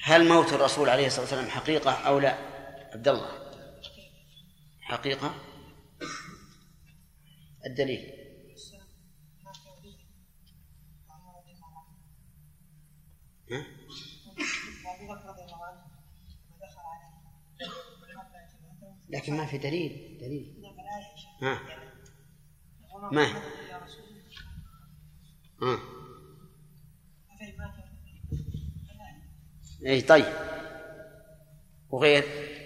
هل موت الرسول عليه الصلاة والسلام حقيقة أو لا؟ عبد الله. حقيقة. الدليل. لكن ما في دليل. ما اي طيب. وغير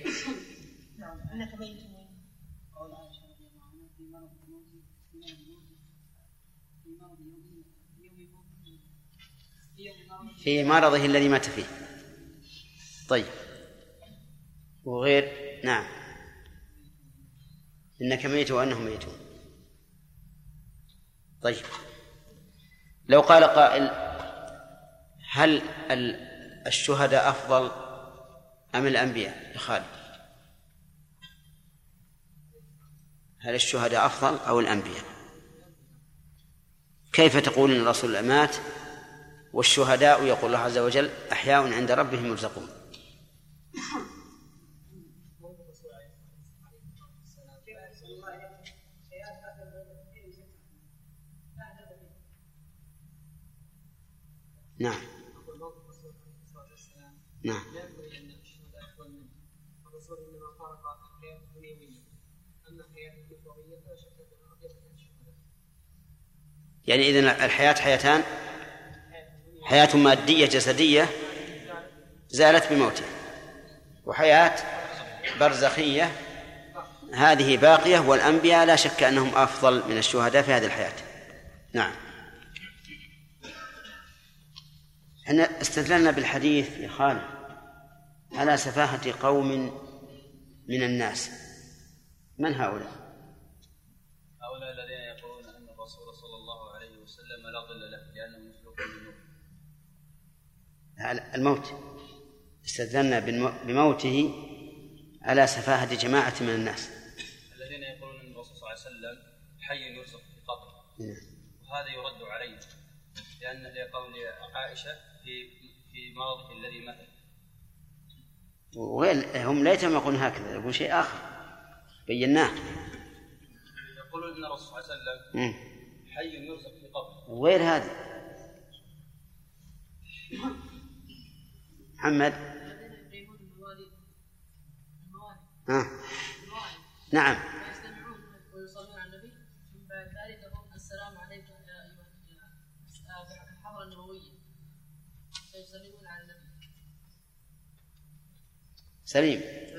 في مرضه الذي مات فيه. طيب. وغير. نعم. إنك ميت وأنهم ميتون. طيب. لو قال قائل هل الشهداء أفضل أم الأنبياء؟ يا خالد، هل الشهداء أفضل أو الأنبياء؟ كيف تقول إن الرسول مات والشهداء يقول الله عز وجل أحياء عند ربهم يرزقون؟ نعم. نعم. يعني إذن الحياة حياتان، حياة مادية جسدية زالت بموته، وحياة برزخية هذه باقية، والأنبياء لا شك أنهم أفضل من الشهداء في هذه الحياة. نعم. احنا استدللنا بالحديث يا خالد على سفاهة قوم من الناس. من هؤلاء؟ هؤلاء الذين يقولون أن الرسول صلى الله عليه وسلم لا ظل له لأنه مسلوك بالموت. الموت استدللنا بموته على سفاهة جماعة من الناس الذين يقولون أن الرسول صلى الله عليه وسلم حي يرزق في قبره. وهذا يرد عليه لأن لقول عائشة في مرضه الذي مات. هم ليتهم يقولون هكذا، يقول شيء آخر بيناه. يقولون أن الرسول صلى الله عليه وسلم حي يرزق في قبره. وغير هذا محمد. نعم. يستمعون ويصلون على النبي، ثم بعد ذلك يقول السلام عليكم يا الحضرة النبوية، فيسلمون على النبي. سليم.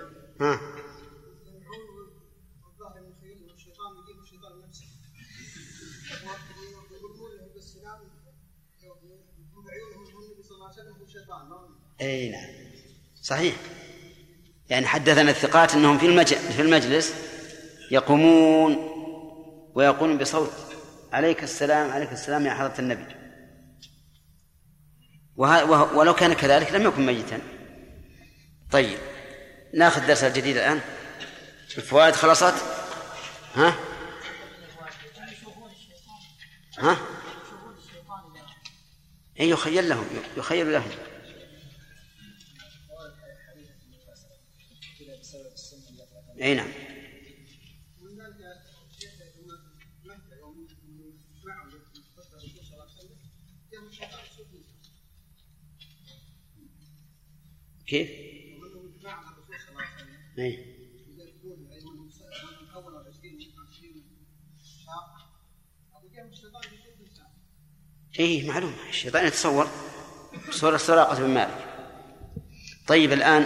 اي نعم صحيح. يعني حدثنا الثقات انهم في المجلس يقومون ويقولون بصوت عليك السلام عليك السلام يا حضرة النبي، ولو كان كذلك لم يكن ميتا. طيب ناخذ درس الجديد الآن. الفوائد خلصت. ها أي يخيل لهم. أي نعم. كيف؟ إيه معلوم الشيطان يتصور صورة سراقة بن مالك. طيب الآن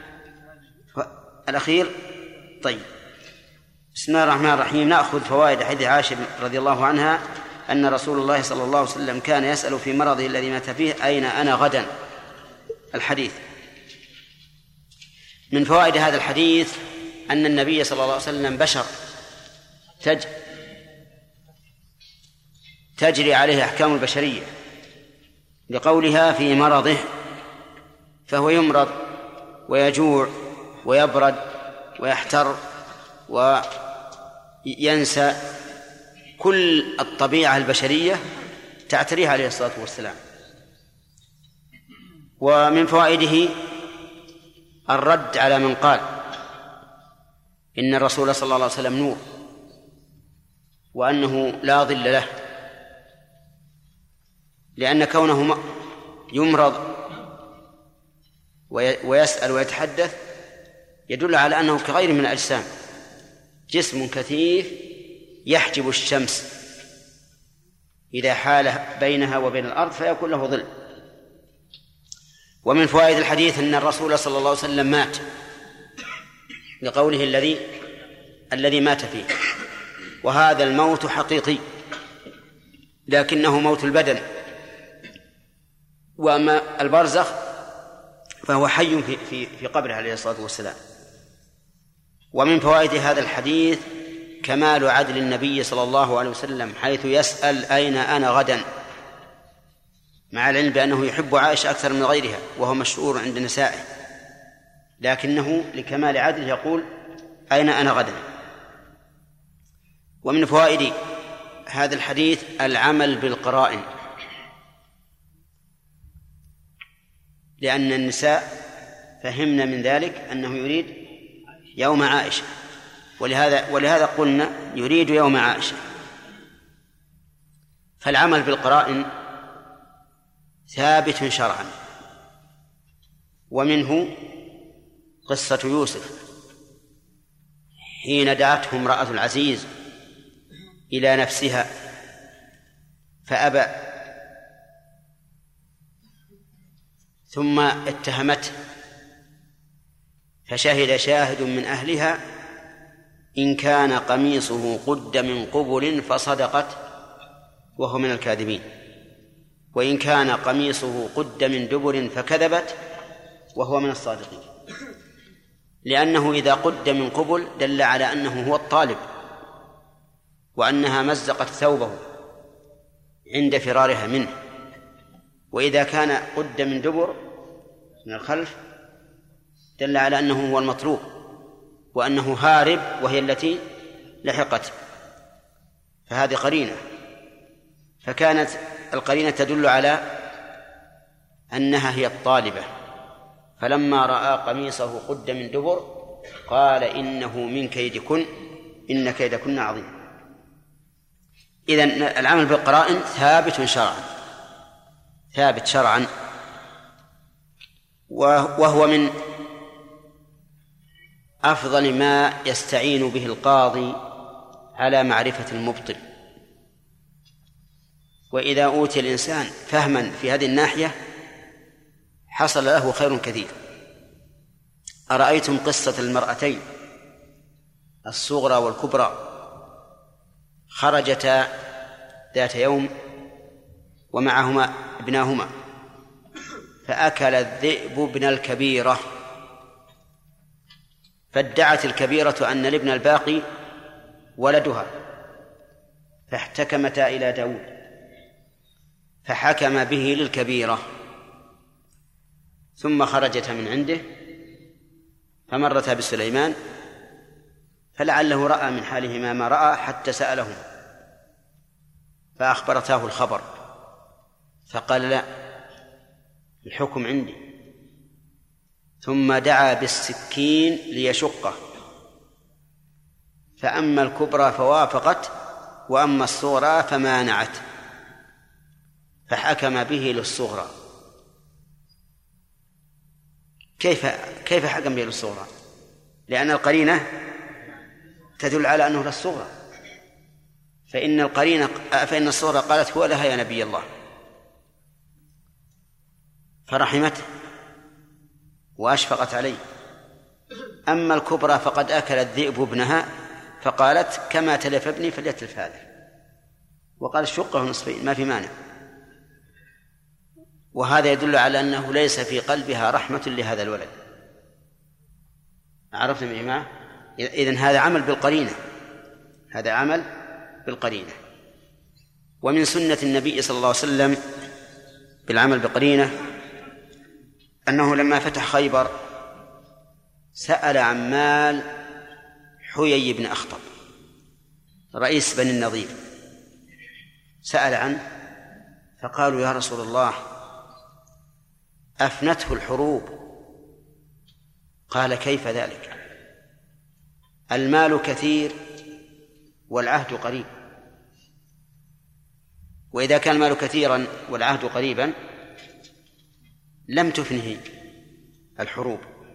الأخير. طيب بسم الله الرحمن الرحيم. نأخذ فوائد حديث عائشة رضي الله عنها أن رسول الله صلى الله عليه وسلم كان يسأل في مرضه الذي مات فيه أين أنا غدا. الحديث من فوائد هذا الحديث أن النبي صلى الله عليه وسلم بشر تجري عليه أحكام البشرية لقولها في مرضه، فهو يمرض ويجوع ويبرد ويحتر وينسى، كل الطبيعة البشرية تعتريها عليه الصلاة والسلام. ومن فوائده الرد على من قال إن الرسول صلى الله عليه وسلم نور وأنه لا ظل له، لأن كونه يمرض ويسأل ويتحدث يدل على أنه كغير من الأجسام، جسم كثيف يحجب الشمس إذا حال بينها وبين الأرض فيكون له ظل. ومن فوائد الحديث أن الرسول صلى الله عليه وسلم مات لقوله الذي مات فيه، وهذا الموت حقيقي لكنه موت البدن، وأما البرزخ فهو حي في قبره عليه الصلاة والسلام. ومن فوائد هذا الحديث كمال عدل النبي صلى الله عليه وسلم حيث يسأل أين أنا غدا، مع العلم بأنه يحب عائشة أكثر من غيرها وهو مشهور عند نسائه، لكنه لكمال عدله يقول أين أنا غدا. ومن فوائد هذا الحديث العمل بالقرائن، لأن النساء فهمنا من ذلك أنه يريد يوم عائشة، ولهذا قلنا يريد يوم عائشة. فالعمل بالقرائن ثابت شرعا، ومنه قصة يوسف حين دعته امرأة العزيز إلى نفسها فأبى، ثم اتهمته فشهد شاهد من أهلها إن كان قميصه قد من قبل فصدقت وهو من الكاذبين، وإن كان قميصه قد من دبر فكذبت وهو من الصادقين، لأنه إذا قد من قبل دل على أنه هو الطالب، وأنها مزقت ثوبه عند فرارها منه، وإذا كان قد من دبر من الخلف دل على أنه هو المطلوب وأنه هارب وهي التي لحقت، فهذه قرينة. فكانت القرينة تدل على أنها هي الطالبة، فلما رأى قميصه قد من دبر قال إنه من كيدكن إن كيدكن عظيم. إذن العمل بالقرائن ثابت شرعا، وهو من أفضل ما يستعين به القاضي على معرفة المبطل. وإذا أوتي الإنسان فهما في هذه الناحية حصل له خير كثير. أرأيتم قصة المرأتين الصغرى والكبرى خرجتا ذات يوم ومعهما ابناهما، فأكل الذئب ابن الكبيرة، فادعت الكبيرة أن الابن الباقي ولدها، فاحتكمتا إلى داود فحكم به للكبيرة، ثم خرجتا من عنده فمرتا بسليمان فلعله رأى من حالهما ما رأى حتى سألهم فأخبرتاه الخبر، فقال لا، الحكم عندي، ثم دعا بالسكين ليشقه، فأما الكبرى فوافقت وأما الصغرى فمانعت، فحكم به للصغرى. كيف حكم به للصغرى؟ لأن القرينة تدل على أنه للصغرى، فإن الصغرى قالت هو لها يا نبي الله، فرحمته وأشفقت عليه. أما الكبرى فقد أكل الذئب ابنها، فقالت كما تلف ابني فليتلف هذا، وقال شقه نصفين ما في مانع. وهذا يدل على أنه ليس في قلبها رحمة لهذا الولد. عرفتم يا جماعة؟ إذن هذا عمل بالقرينة، ومن سنة النبي صلى الله عليه وسلم بالعمل بالقرينة أنه لما فتح خيبر سأل عن مال حيي بن أخطب رئيس بني النضير، سأل عنه، فقالوا يا رسول الله أفنته الحروب. قال كيف ذلك؟ المال كثير والعهد قريب، وإذا كان المال كثيرا والعهد قريبا لم تفنه الحروب.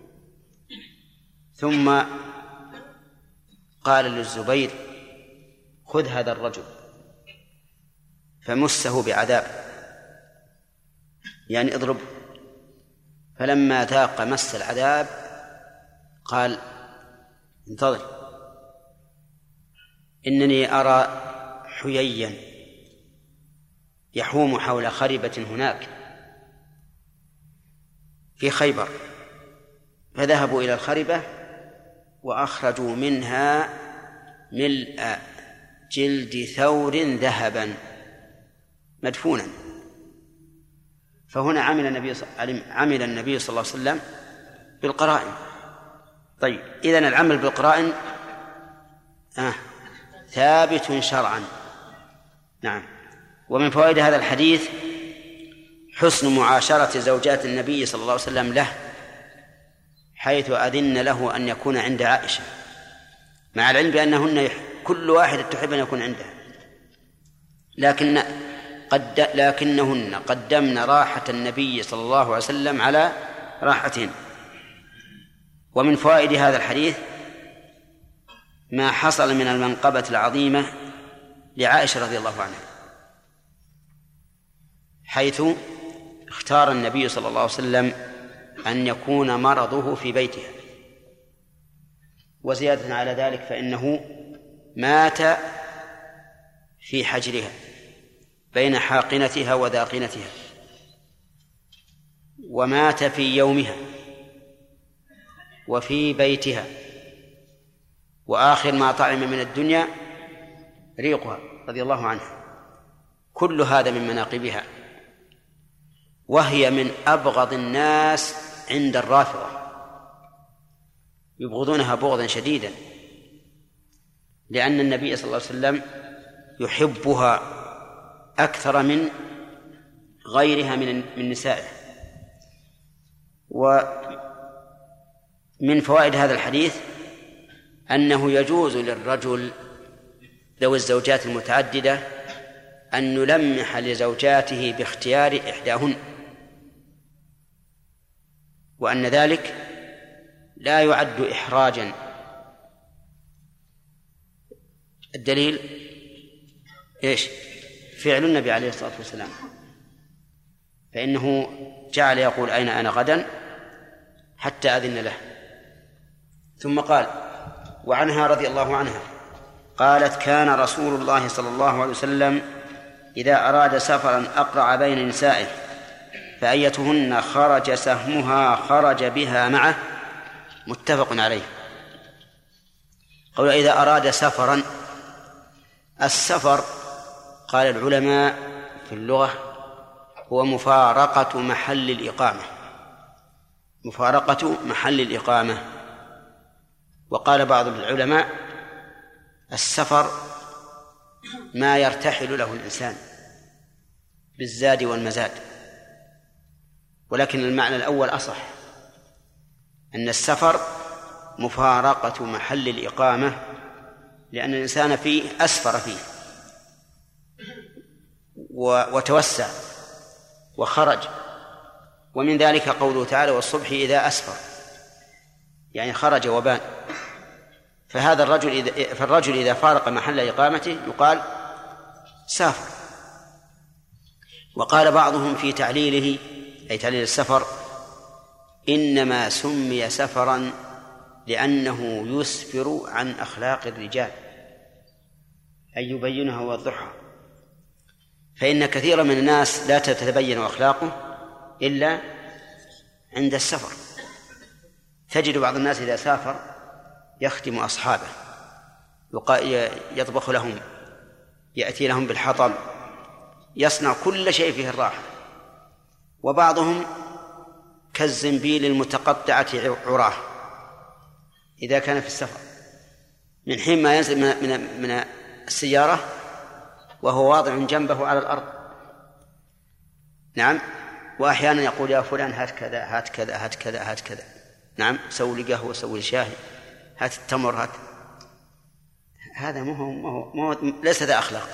ثم قال للزبير خذ هذا الرجل فمسه بعذاب، يعني اضربه. فلما ذاق مس العذاب قال انتظر إنني أرى حييا يحوم حول خربة هناك في خيبر، فذهبوا إلى الخربة وأخرجوا منها ملء جلد ثور ذهبا مدفونا. فهنا عمل النبي صلى الله عليه وسلم بالقرائن. طيب، إذن العمل بالقرائن ثابت شرعا. نعم. ومن فوائد هذا الحديث حسن معاشرة زوجات النبي صلى الله عليه وسلم له، حيث أذن له أن يكون عند عائشة، مع العلم بأنهن كل واحدة تحب أن يكون عندها، لكنهن قدمن راحة النبي صلى الله عليه وسلم على راحتهن. ومن فوائد هذا الحديث ما حصل من المنقبة العظيمة لعائشة رضي الله عنها، حيث اختار النبي صلى الله عليه وسلم أن يكون مرضه في بيتها. وزيادة على ذلك فإنه مات في حجرها بين حاقنتها وذاقنتها، ومات في يومها وفي بيتها، وآخر ما طعم من الدنيا ريقها رضي الله عنها. كل هذا من مناقبها، وهي من أبغض الناس عند الرافضة، يبغضونها بغضا شديدا، لأن النبي صلى الله عليه وسلم يحبها أكثر من غيرها من نسائه. ومن فوائد هذا الحديث أنه يجوز للرجل ذوي الزوجات المتعددة أن يلمح لزوجاته باختيار إحداهن، وأن ذلك لا يعد إحراجا. الدليل إيش؟ فعل النبي عليه الصلاة والسلام، فإنه جعل يقول أين أنا غدا حتى أذن له. ثم قال وعنها رضي الله عنها قالت كان رسول الله صلى الله عليه وسلم إذا أراد سفرا أقرع بين نسائه، فأيتهن خرج سهمها خرج بها معه، متفق عليه. قول إذا أراد سفرا، السفر قال العلماء في اللغة هو مفارقة محل الإقامة، مفارقة محل الإقامة. وقال بعض العلماء السفر ما يرتحل له الإنسان بالزاد والمزاد، ولكن المعنى الأول أصح، أن السفر مفارقة محل الإقامة، لأن الإنسان فيه أسفر فيه وتوسع وخرج. ومن ذلك قوله تعالى والصبح إذا أسفر، يعني خرج وبان. فالرجل إذا فارق محل إقامته يقال سافر. وقال بعضهم في تعليله أي تعليل السفر إنما سمي سفرا لأنه يسفر عن أخلاق الرجال، أي يبينها ويوضحها. فإن كثيرا من الناس لا تتبين أخلاقه إلا عند السفر. تجد بعض الناس إذا سافر يخدم أصحابه، يطبخ لهم، يأتي لهم بالحطب، يصنع كل شيء فيه الراحة. وبعضهم كالزنبيل المتقطعة عراه إذا كان في السفر، من حين ما ينزل من السيارة وهو واضع جنبه على الأرض، نعم، وأحيانا يقول يا فلان هات كذا هات كذا هات كذا هات كذا، نعم، سوي لي قهوة سوي لي شاي، هات التمر هات. هذا ليس ذا أخلاق.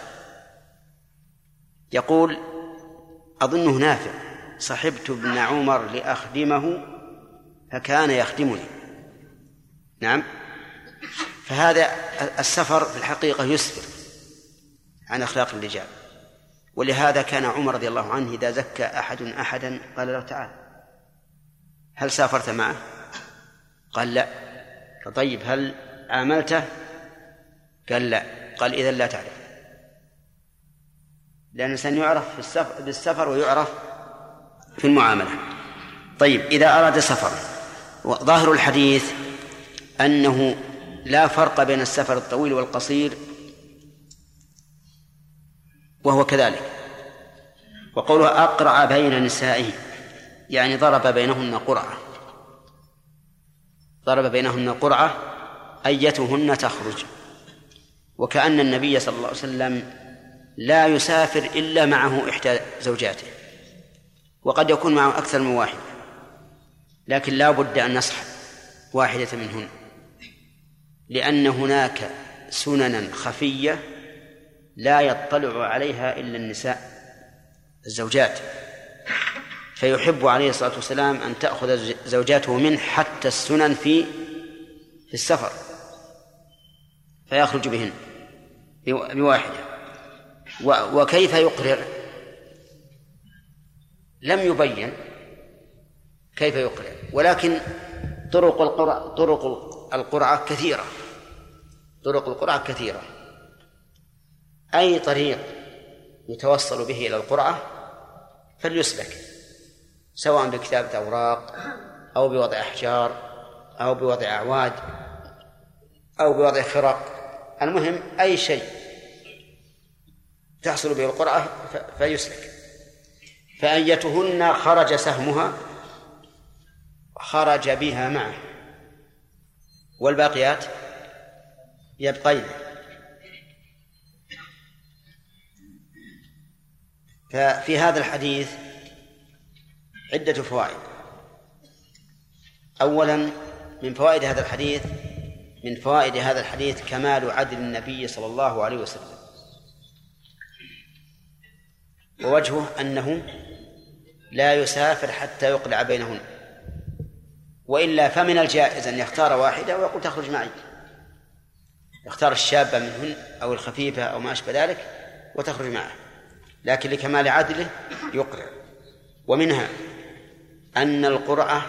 يقول أظنه نافع: صحبت ابن عمر لأخدمه فكان يخدمني. نعم، فهذا السفر في الحقيقة يسفر عن أخلاق الرجال. ولهذا كان عمر رضي الله عنه إذا زكى أحدا قال له: تعال، هل سافرت معه؟ قال: لا. طيب هل عاملته؟ قال: لا. قال: إذن لا تعرف، لأن الإنسان يعرف بالسفر ويعرف في المعاملة. طيب، إذا أراد سفر، ظاهر الحديث أنه لا فرق بين السفر الطويل والقصير، وهو كذلك. وقوله أقرع بين نسائه يعني ضرب بينهن قرعة، ضرب بينهن قرعة أيتهن تخرج. وكأن النبي صلى الله عليه وسلم لا يسافر إلا معه إحدى زوجاته، وقد يكون معه أكثر من واحد، لكن لا بد أن نصحب واحدة منهن، لأن هناك سننا خفية لا يطلع عليها إلا النساء الزوجات، فيحب عليه الصلاة والسلام أن تأخذ زوجاته منه حتى السنن في السفر، فيخرج بهن بواحدة. وكيف يقرر؟ لم يبين كيف يقرر، ولكن طرق القرعة كثيرة، طرق القرعة كثيرة. أي طريق يتوصل به إلى القرعة فليسلك، سواء بكتابة أوراق أو بوضع أحجار أو بوضع أعواد أو بوضع خرق، المهم أي شيء تحصل به القرعة فيسلك. فأيتهن خرج سهمها خرج بها معه، والباقيات يبقين. ففي هذا الحديث عدة فوائد. أولا، من فوائد هذا الحديث كمال عدل النبي صلى الله عليه وسلم، ووجهه أنه لا يسافر حتى يقلع بينهن، وإلا فمن الجائز أن يختار واحدة ويقول تخرج معي، يختار الشابة منهن أو الخفيفة أو ما أشبه ذلك وتخرج معه، لكن لكمال عدله يقرع. ومنها أن القرعة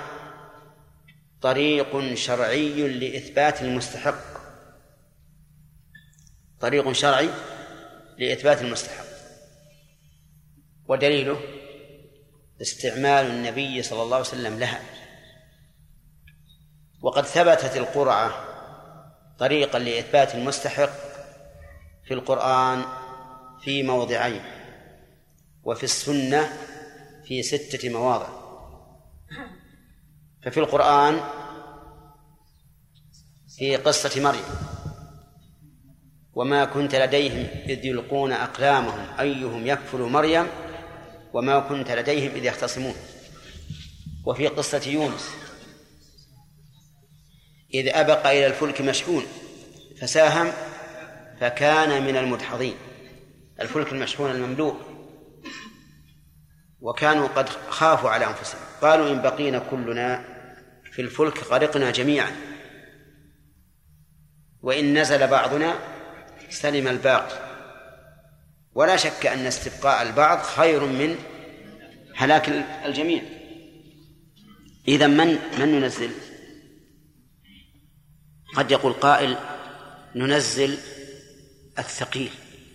طريق شرعي لإثبات المستحق، طريق شرعي لإثبات المستحق، ودليله استعمال النبي صلى الله عليه وسلم لها. وقد ثبتت القرعة طريقا لإثبات المستحق في القرآن في موضعين، وفي السنة في 6 مواضع. ففي القرآن في قصة مريم: وما كنت لديهم إذ يلقون أقلامهم أيهم يكفل مريم وما كنت لديهم إذ يختصمون. وفي قصة يونس: إذ أبق إلى الفلك مشحون فساهم فكان من المدحضين، الفلك المشحون المملوء، وكانوا قد خافوا على أنفسهم، قالوا إن بقينا كلنا في الفلك غرقنا جميعا، وإن نزل بعضنا سلم الباقي. ولا شك أن استبقاء البعض خير من هلاك الجميع. إذن من ننزل؟ قد يقول قائل: ننزل الثقيل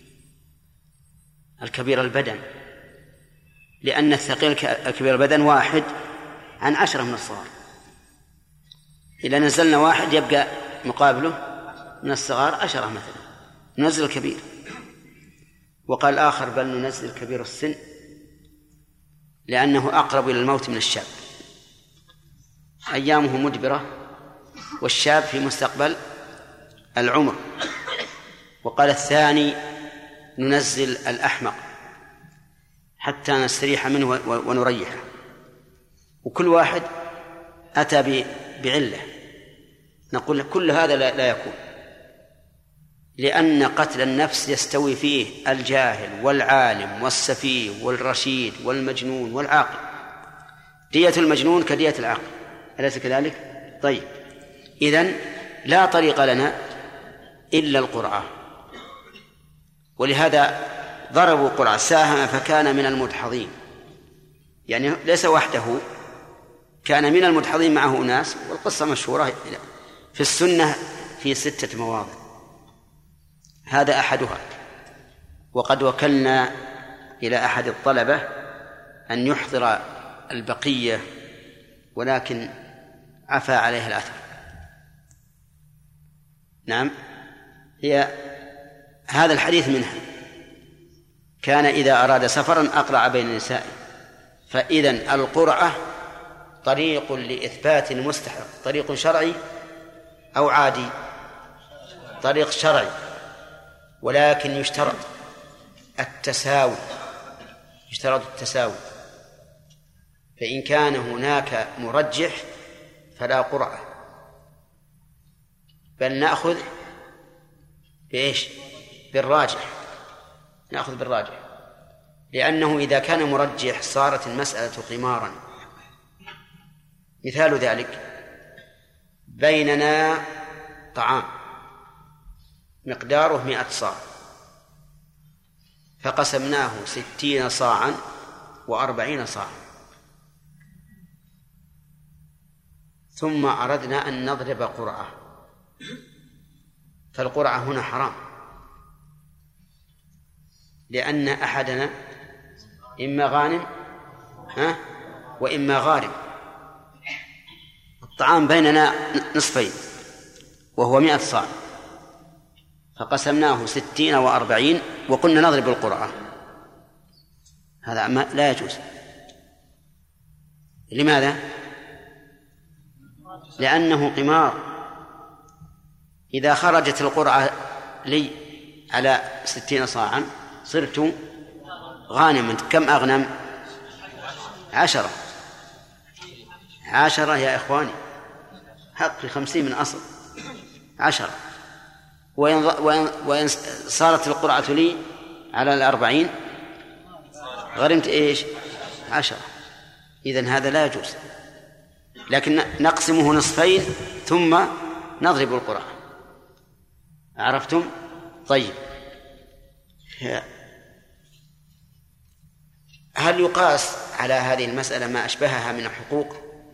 الكبير البدن، لأن الثقيل الكبير البدن واحد عن 10 من الصغار. إذا نزلنا واحد يبقى مقابله من الصغار 10 مثلا، ننزل الكبير. وقال آخر: بل ننزل كبير السن، لأنه أقرب إلى الموت من الشاب، أيامه مدبرة، والشاب في مستقبل العمر. وقال الثاني: ننزل الأحمق حتى نستريح منه ونريحه. وكل واحد أتى بعلة، نقول كل هذا لا يكون، لأن قتل النفس يستوي فيه الجاهل والعالم والسفيه والرشيد والمجنون والعاقل. دية المجنون كدية العاقل، أليس كذلك؟ طيب، إذن لا طريق لنا إلا القرعة، ولهذا ضربوا قرعة، ساهم فكان من المدحضين، يعني ليس وحده، كان من المدحضين معه أناس. والقصة مشهورة في السنة في 6 مواضع، هذا أحدها. وقد وكلنا إلى أحد الطلبة أن يحضر البقية، ولكن عفى عليه الأثر. نعم، هي هذا الحديث منها. كان إذا أراد سفرا أقرع بين نسائه. فإذن القرعة طريق لإثبات المستحق، طريق شرعي أو عادي؟ طريق شرعي، ولكن يشترط التساوي، فإن كان هناك مرجح فلا قرعة، بل نأخذ بإيش؟ بالراجح، نأخذ بالراجح، لأنه إذا كان مرجح صارت المسألة قمارا. مثال ذلك: بيننا طعام مقداره 100 صاع، فقسمناه 60 صاعا و40 صاعا، ثم أردنا أن نضرب قرعة، فالقرعة هنا حرام، لأن أحدنا إما غانم وإما غارم. الطعام بيننا نصفين وهو 100 صاع، فقسمناه 60 و40 وقلنا نضرب القرعة، هذا لا يجوز. لماذا؟ لأنه قمار. إذا خرجت القرعة لي على 60 صاعا صرت غانما. كم أغنم؟ 10 يا إخواني، حق 50 من أصل 10. وإن صارت القرعة لي على 40 غرمت إيش؟ 10. إذن هذا لا يجوز، لكن نقسمه نصفين ثم نضرب القرعة. عرفتم؟ طيب، هل يقاس على هذه المسألة ما أشبهها من الحقوق؟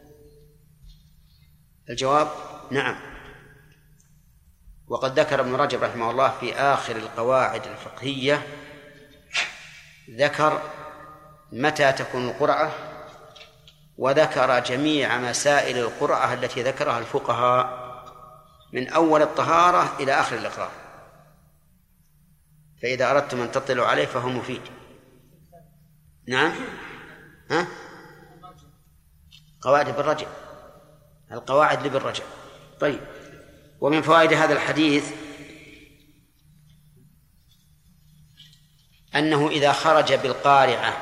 الجواب نعم. وقد ذكر ابن رجب رحمه الله في آخر القواعد الفقهية، ذكر متى تكون القرعة، وذكر جميع مسائل القرعة التي ذكرها الفقهاء من أول الطهارة إلى آخر الإقرار، فإذا أردتم أن تطلعوا عليه فهو مفيد. نعم، قواعد بالرجع، القواعد بالرجع. طيب، ومن فوائد هذا الحديث أنه إذا خرج بالقارعة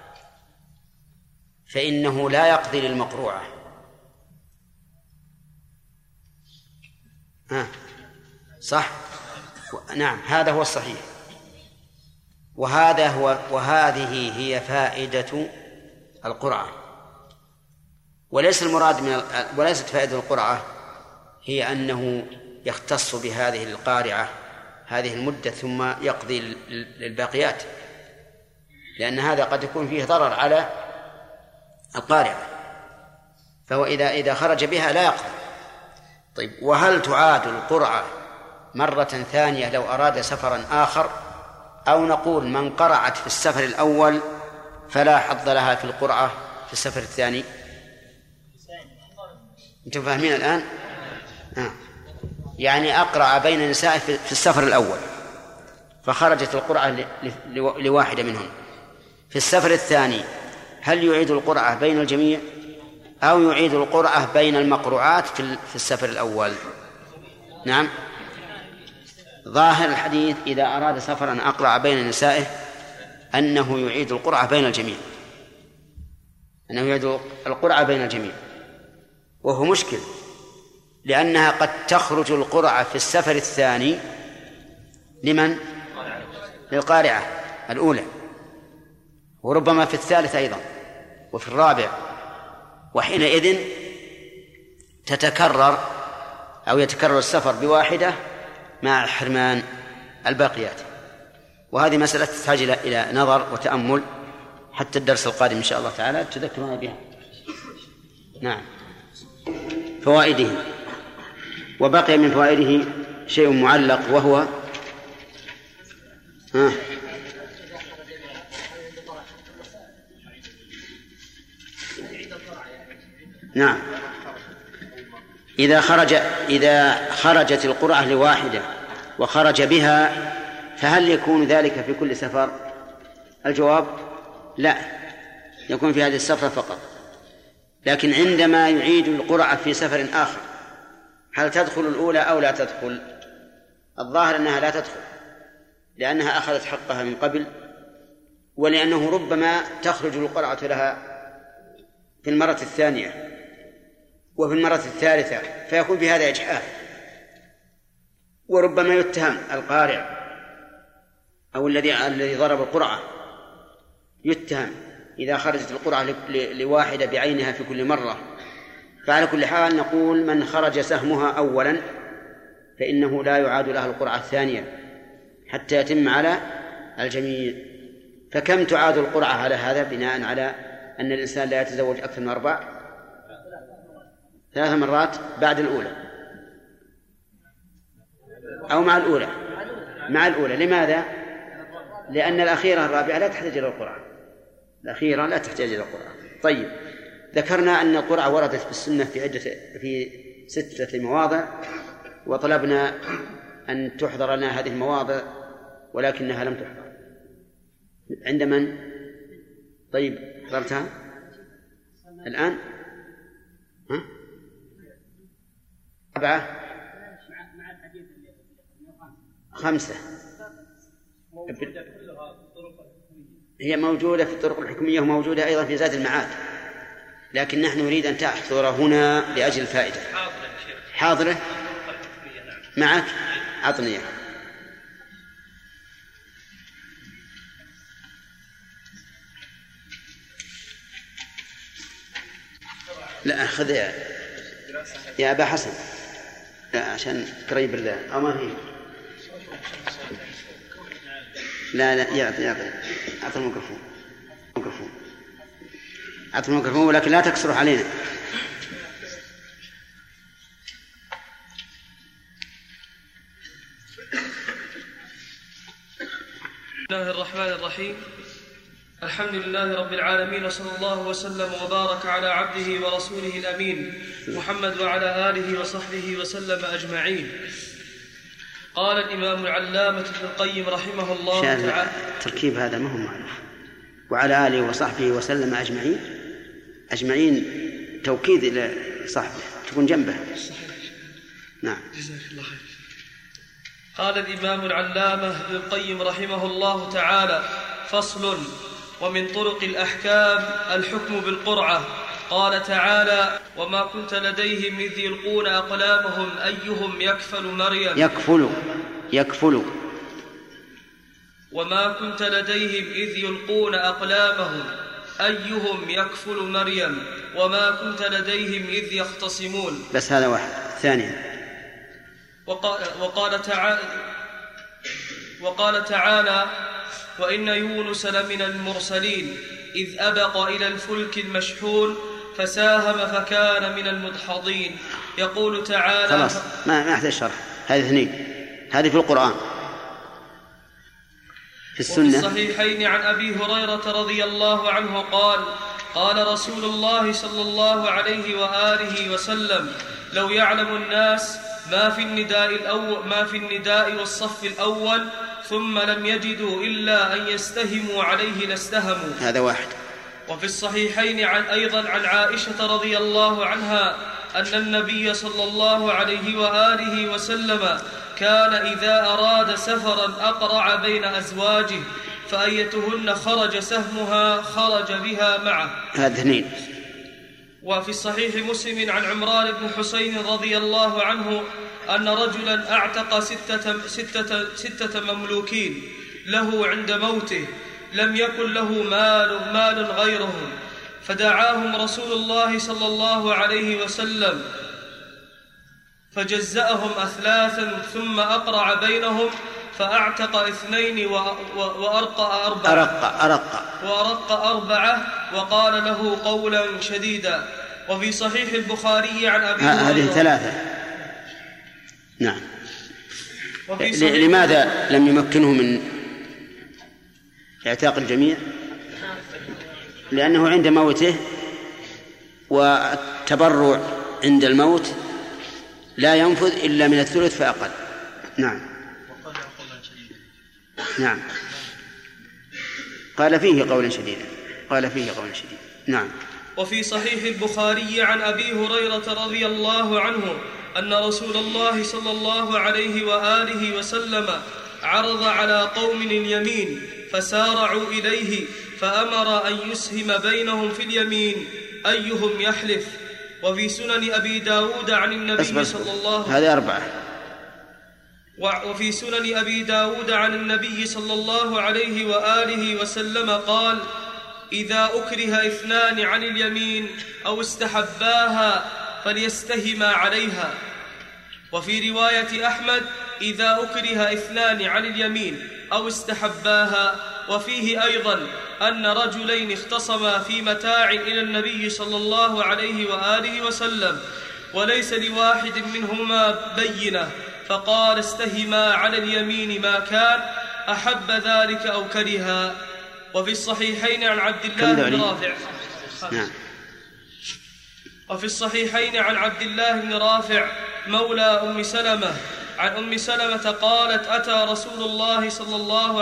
فإنه لا يقضي للمقروعة. صح؟ نعم، هذا هو الصحيح، وهذه هي فائدة القرعة. وليست فائدة القرعة هي أنه يختص بهذه القارعة هذه المدة ثم يقضي للباقيات، لأن هذا قد يكون فيه ضرر على القارعة، فهو إذا خرج بها لا يقضي. طيب، وهل تعاد القرعة مرة ثانية لو أراد سفرا آخر، أو نقول من قرعت في السفر الأول فلا حظ لها في القرعة في السفر الثاني؟ أنتم فاهمين الآن؟ يعني أقرع بين النساء في السفر الأول فخرجت القرعة لواحدة منهم، في السفر الثاني هل يعيد القرعة بين الجميع أو يعيد القرعة بين المقروعات في السفر الأول؟ نعم، ظاهر الحديث إذا أراد سفرا أقرع بين نسائه أنه يعيد القرعة بين الجميع، أنه يعيد القرعة بين الجميع، وهو مشكل، لأنها قد تخرج القرعة في السفر الثاني لمن؟ للقارعة الأولى، وربما في الثالث أيضا وفي الرابع، وحينئذ تتكرر أو يتكرر السفر بواحدة مع حرمان الباقيات. وهذه مسألة تحتاج إلى نظر وتأمل حتى الدرس القادم إن شاء الله تعالى تذكرون بها. نعم. فوائده. وبقي من فوائده شيء معلق وهو نعم، إذا خرجت القرعة لواحدة وخرج بها فهل يكون ذلك في كل سفر؟ الجواب لا، يكون في هذه السفرة فقط. لكن عندما يعيد القرعة في سفر آخر هل تدخل الأولى أو لا تدخل؟ الظاهر أنها لا تدخل، لأنها أخذت حقها من قبل، ولأنه ربما تخرج القرعة لها في المرة الثانية وفي المرة الثالثة، فيكون في هذا إجحاف، وربما يتهم القارع أو الذي ضرب القرعة يتهم إذا خرجت القرعة لواحدة بعينها في كل مرة. فعلى كل حال نقول من خرج سهمها أولا فإنه لا يعاد لها القرعة الثانية حتى يتم على الجميع. فكم تعاد القرعة على هذا بناء على أن الإنسان لا يتزوج أكثر من 4؟ 3 مرات بعد الأولى أو مع الأولى؟ مع الأولى. لماذا؟ لأن الأخيرة الرابعة لا تحتاج إلى القرعة، الأخيرة لا تحتاج إلى القرعة. طيب، ذكرنا أن القرعة وردت في السنة في 6 مواضع، وطلبنا أن تحضر لنا هذه المواضع ولكنها لم تحضر. عند من؟ طيب، حضرتها الآن؟ 4 5 هي موجودة في الطرق الحكمية وموجودة أيضا في زاد المعاد، لكن نحن نريد أن تحضر هنا لأجل الفائدة. حاضرة معك؟ عطني. لا خذ يا أبا حسن، لا عشان قريب الله أو ما هي. لا يعطي الميكروفون، أعطي الميكروفون ولكن لا تكسره علينا. بسم الله الرحمن الرحيم. الحمد لله رب العالمين، وصلى الله وسلم وبارك على عبده ورسوله الأمين محمد وعلى آله وصحبه وسلم أجمعين. قال الإمام العلامة ابن القيم رحمه الله تعالى. التركيب هذا ما هو معروف. وعلى آله وصحبه وسلم أجمعين توكيد إلى صحبه تكون جنبه. نعم. جزاك الله خير. قال الإمام العلامة ابن القيم رحمه الله تعالى: فصل. ومن طرق الأحكام الحكم بالقرعة. قال تعالى: وما كنت لديهم إذ يلقون أقلامهم أيهم يكفل مريم. يكفل. وما كنت لديهم إذ يلقون أقلامهم أيهم يكفل مريم وما كنت لديهم إذ يختصمون. بس هذا واحد. ثانيا وقال تعالى: وإن يونس لمن المرسلين إذ أبق إلى الفلك المشحون فساهم فكان من المدحضين. يقول تعالى. خلاص ما أحتاج شرح. هذه 2 هذه في القرآن. في السنة وفي الصحيحين عن أبي هريرة رضي الله عنه قال: قال رسول الله صلى الله عليه وآله وسلم: لو يعلم الناس ما في النداء والصف الأول ثم لم يجدوا إلا أن يستهموا عليه لاستهموا. هذا واحد. وفي الصحيحين أيضا عن عائشة رضي الله عنها أن النبي صلى الله عليه وآله وسلم كان إذا أراد سفرا أقرع بين أزواجه فأيتهن خرج سهمها خرج بها معه. هذا اثنين. وفي الصحيح مسلم عن عمران بن حسين رضي الله عنه أن رجلا أعتق ستة مملوكين له عند موته، لم يكن له مال غيرهم، فدعاهم رسول الله صلى الله عليه وسلم فجزأهم أثلاثا ثم أقرع بينهم فأعتق اثنين وأرق أربعة وقال له قولا شديدا. وفي صحيح البخاري عن أبي هذه ثلاثة. نعم. لماذا لم يمكنه من اعتاق الجميع؟ لأنه عند موته، والتبرع عند الموت لا ينفذ إلا من الثلث فأقل. نعم. نعم. قال فيه قولا شديدا. نعم. وفي صحيح البخاري عن أبي هريرة رضي الله عنه أن رسول الله صلى الله عليه وآله وسلم عرض على قوم اليمين فسارعوا إليه فأمر أن يسهم بينهم في اليمين أيهم يحلف. وفي سنن أبي داود عن النبي صلى الله هذه أربعة. وفي سنن أبي داود عن النبي صلى الله عليه وآله وسلم قال: إذا أكره اثنان عن اليمين أو استحباها فليستهما عليها. وفي رواية أحمد: إذا أكره اثنان عن اليمين أو استحباها. وفيه أيضا أن رجلين اختصما في متاع إلى النبي صلى الله عليه وآله وسلم وليس لواحد منهما بينة، فقال: استهما على اليمين ما كان، أحب ذلك أو كرها. وفي الصحيحين عن عبد الله بن رافع وفي الصحيحين عن عبد الله بن رافع مولى أم سلمة عن أم سلمة قالت: أتى رسول الله صلى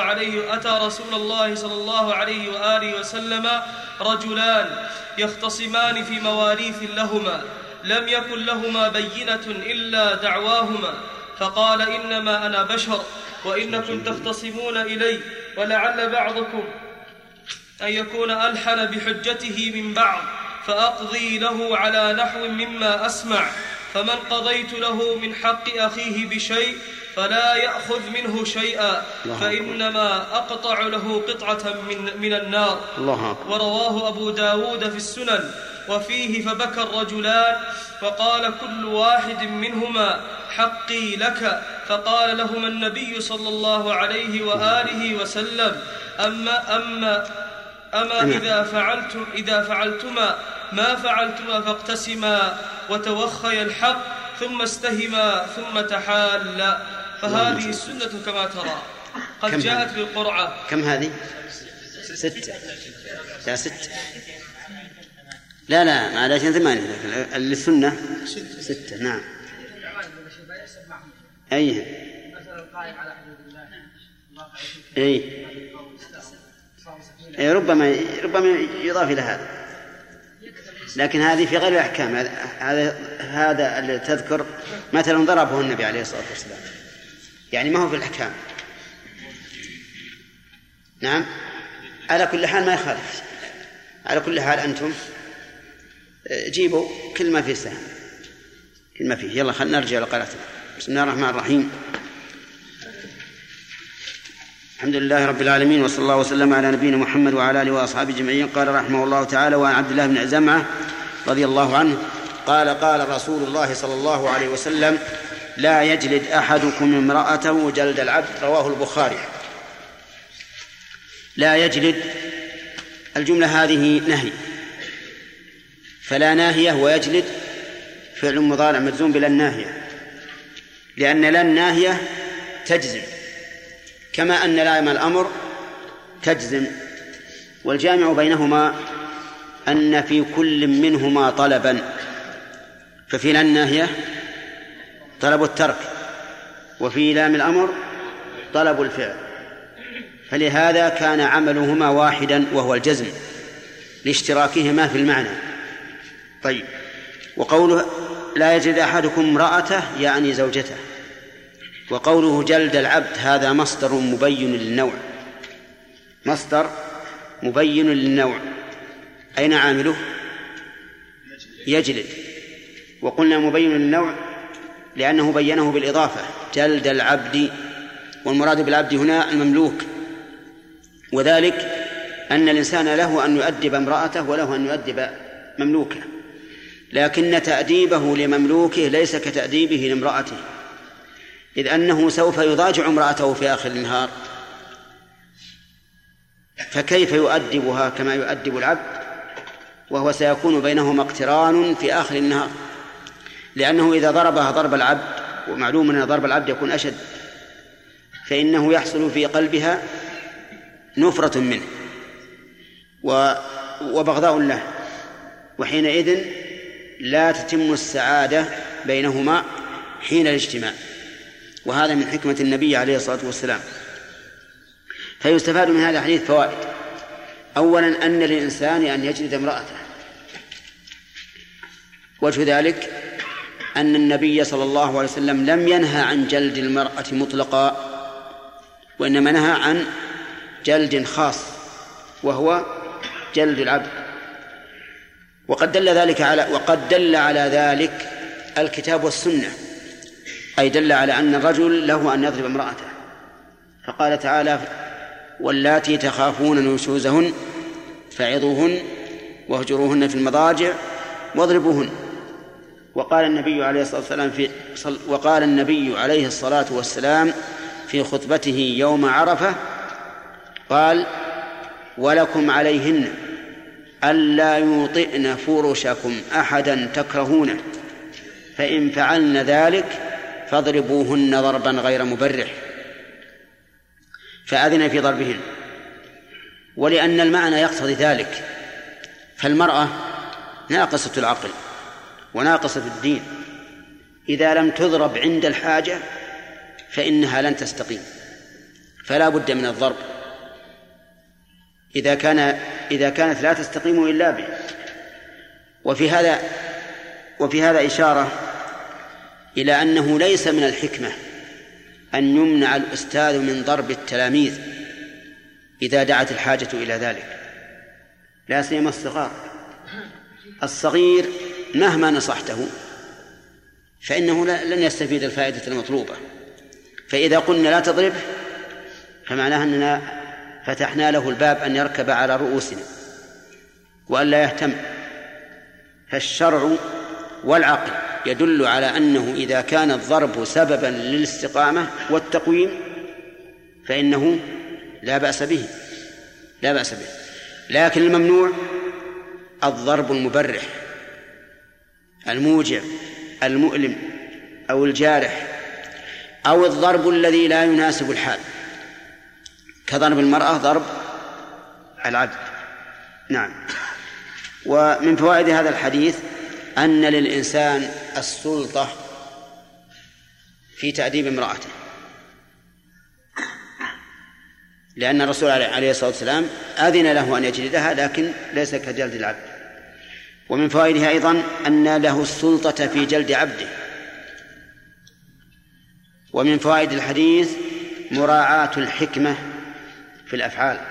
الله عليه وآله وسلم رجلان يختصمان في مواريث لهما، لم يكن لهما بينة إلا دعواهما، فقال: إنما أنا بشر وإنكم تختصمون إلي، ولعل بعضكم أن يكون ألحن بحجته من بعض، فأقضي له على نحو مما أسمع، فمن قضيت له من حق أخيه بشيء فلا يأخذ منه شيئا، فإنما أقطع له قطعة من النار. ورواه أبو داود في السنن. وفيه: فبكى الرجلان فقال كل واحد منهما: حقي لك. فقال لهما النبي صلى الله عليه وآله وسلم: أما إذا فعلتما ما فعلتما فاقتسما وتوخيا الحق ثم استهما ثم تحالا. فهذه السنة كما ترى قد جاءت بالقرعة. كم هذه؟ 6. لا 6. لا معلش 8. السنة 6. نعم. أيها. ربما يضاف إلى هذا، لكن هذه في غير الأحكام. هذا الذي تذكر مثلا ضربه النبي عليه الصلاة والسلام، يعني ما هو في الأحكام. نعم. على كل حال ما يخالف. على كل حال أنتم جيبوا كل ما فيه سهم، كل ما فيه. يلا خلنا نرجع لقراءتنا. بسم الله الرحمن الرحيم. الحمد لله رب العالمين، وصلى الله وسلم على نبينا محمد وعلى آله وأصحابه أجمعين. قال رحمه الله تعالى: وعن عبد الله بن زمعة رضي الله عنه قال: قال رسول الله صلى الله عليه وسلم: لا يجلد أحدكم امرأته جلد العبد. رواه البخاري. لا يجلد، الجملة هذه نهي، فلا ناهية، ويجلد فعل مضارع مجزوم بلا الناهية، لأن لا الناهية تجزم، كما أن لام الأمر تجزم. والجامع بينهما أن في كل منهما طلبا، ففي لا الناهية طلب الترك، وفي لام الأمر طلب الفعل، فلهذا كان عملهما واحدا وهو الجزم لاشتراكهما في المعنى. طيب، وقوله لا يجلد أحدكم امرأته يعني زوجته، وقوله جلد العبد هذا مصدر مبين للنوع، مصدر مبين للنوع. أين عامله؟ يجلد. وقلنا مبين للنوع لأنه بينه بالإضافة، جلد العبد، والمراد بالعبد هنا المملوك، وذلك أن الإنسان له أن يؤدب امرأته وله أن يؤدب مملوكه، لكن تأديبه لمملوكه ليس كتأديبه لامرأته، إذ أنه سوف يضاجع امرأته في آخر النهار، فكيف يؤدبها كما يؤدب العبد وهو سيكون بينهما اقتران في آخر النهار؟ لأنه إذا ضربها ضرب العبد، ومعلوم أن ضرب العبد يكون أشد، فإنه يحصل في قلبها نفرة منه وبغضاء له، وحينئذ لا تتم السعادة بينهما حين الاجتماع. وهذا من حكمة النبي عليه الصلاة والسلام. فيستفاد من هذا الحديث فوائد. أولا أن للإنسان أن يجلد امرأته، وجه ذلك أن النبي صلى الله عليه وسلم لم ينهى عن جلد المرأة مطلقا، وإنما نهى عن جلد خاص وهو جلد العبد. وقد دل على ذلك الكتاب والسنة، أي دل على أن الرجل له أن يضرب امرأته، فقال تعالى: واللاتي تخافون نشوزهن فعظوهن واهجروهن في المضاجع واضربوهن. وقال النبي عليه الصلاة والسلام في خطبته يوم عرفة، قال: ولكم عليهن ألا يوطئن فرشكم أحدا تكرهونه، فإن فعلن ذلك فاضربوهن ضربا غير مبرح. فأذن في ضربهن، ولأن المعنى يقتضي ذلك، فالمرأة ناقصة العقل وناقصة الدين، إذا لم تضرب عند الحاجة فإنها لن تستقيم، فلا بد من الضرب إذا كانت لا تستقيم إلا به. وفي هذا إشارة إلى أنه ليس من الحكمة أن يمنع الأستاذ من ضرب التلاميذ إذا دعت الحاجة إلى ذلك، لا سيما الصغار. الصغير مهما نصحته فإنه لن يستفيد الفائدة المطلوبة، فإذا قلنا لا تضربه فمعناه أننا فتحنا له الباب أن يركب على رؤوسنا وأن لا يهتم. فالشرع والعقل يدل على أنه إذا كان الضرب سببا للاستقامة والتقويم فإنه لا بأس به. لكن الممنوع الضرب المبرح الموجع المؤلم أو الجارح، أو الضرب الذي لا يناسب الحال، كضرب المرأة ضرب العبد. نعم. ومن فوائد هذا الحديث أن للإنسان السلطة في تأديب امرأته، لأن الرسول عليه الصلاة والسلام أذن له أن يجلدها، لكن ليس كجلد العبد. ومن فوائدها أيضا أن له السلطة في جلد عبده. ومن فوائد الحديث مراعاة الحكمة في الأفعال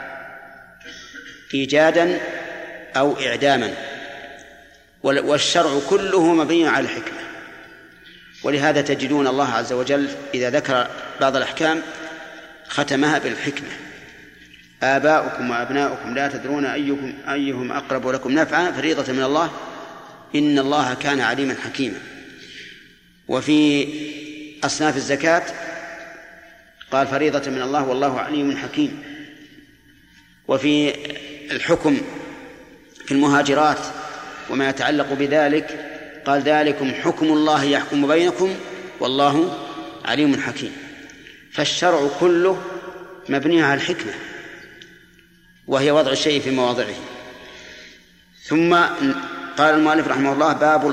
إيجادا أو إعداما، والشرع كله مبني على الحكمة. ولهذا تجدون الله عز وجل إذا ذكر بعض الأحكام ختمها بالحكمة: آباؤكم وأبناؤكم لا تدرون أيهم أقرب لكم نفعا فريضة من الله إن الله كان عليما حكيما. وفي أصناف الزكاة قال فريضة من الله والله عليم حكيم. وفي الحكم في المهاجرات وما يتعلق بذلك قال ذلكم حكم الله يحكم بينكم والله عليم حكيم. فالشرع كله مبني على الحكمة، وهي وضع الشيء في مواضعه. ثم قال المؤلف رحمه الله: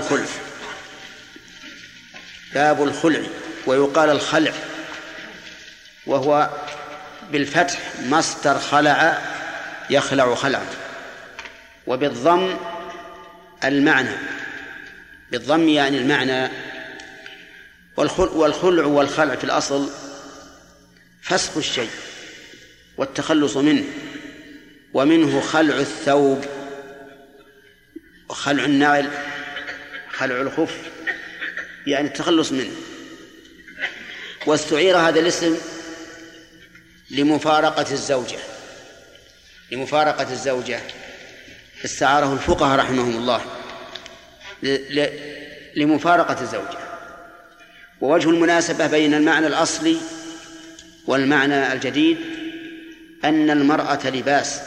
باب الخلع، ويقال الخلع، وهو بالفتح مصدر خلع يخلع خلعا، وبالضم المعنى، بالضم يعني المعنى. والخلع والخلع في الأصل فسخ الشيء والتخلص منه ومنه خلع الثوب وخلع النعل، خلع الخف يعني التخلص منه. واستعير هذا الاسم لمفارقة الزوجة استعاره الفقهاء رحمهم الله لمفارقة الزوجة. ووجه المناسبة بين المعنى الأصلي والمعنى الجديد أن المرأة لباس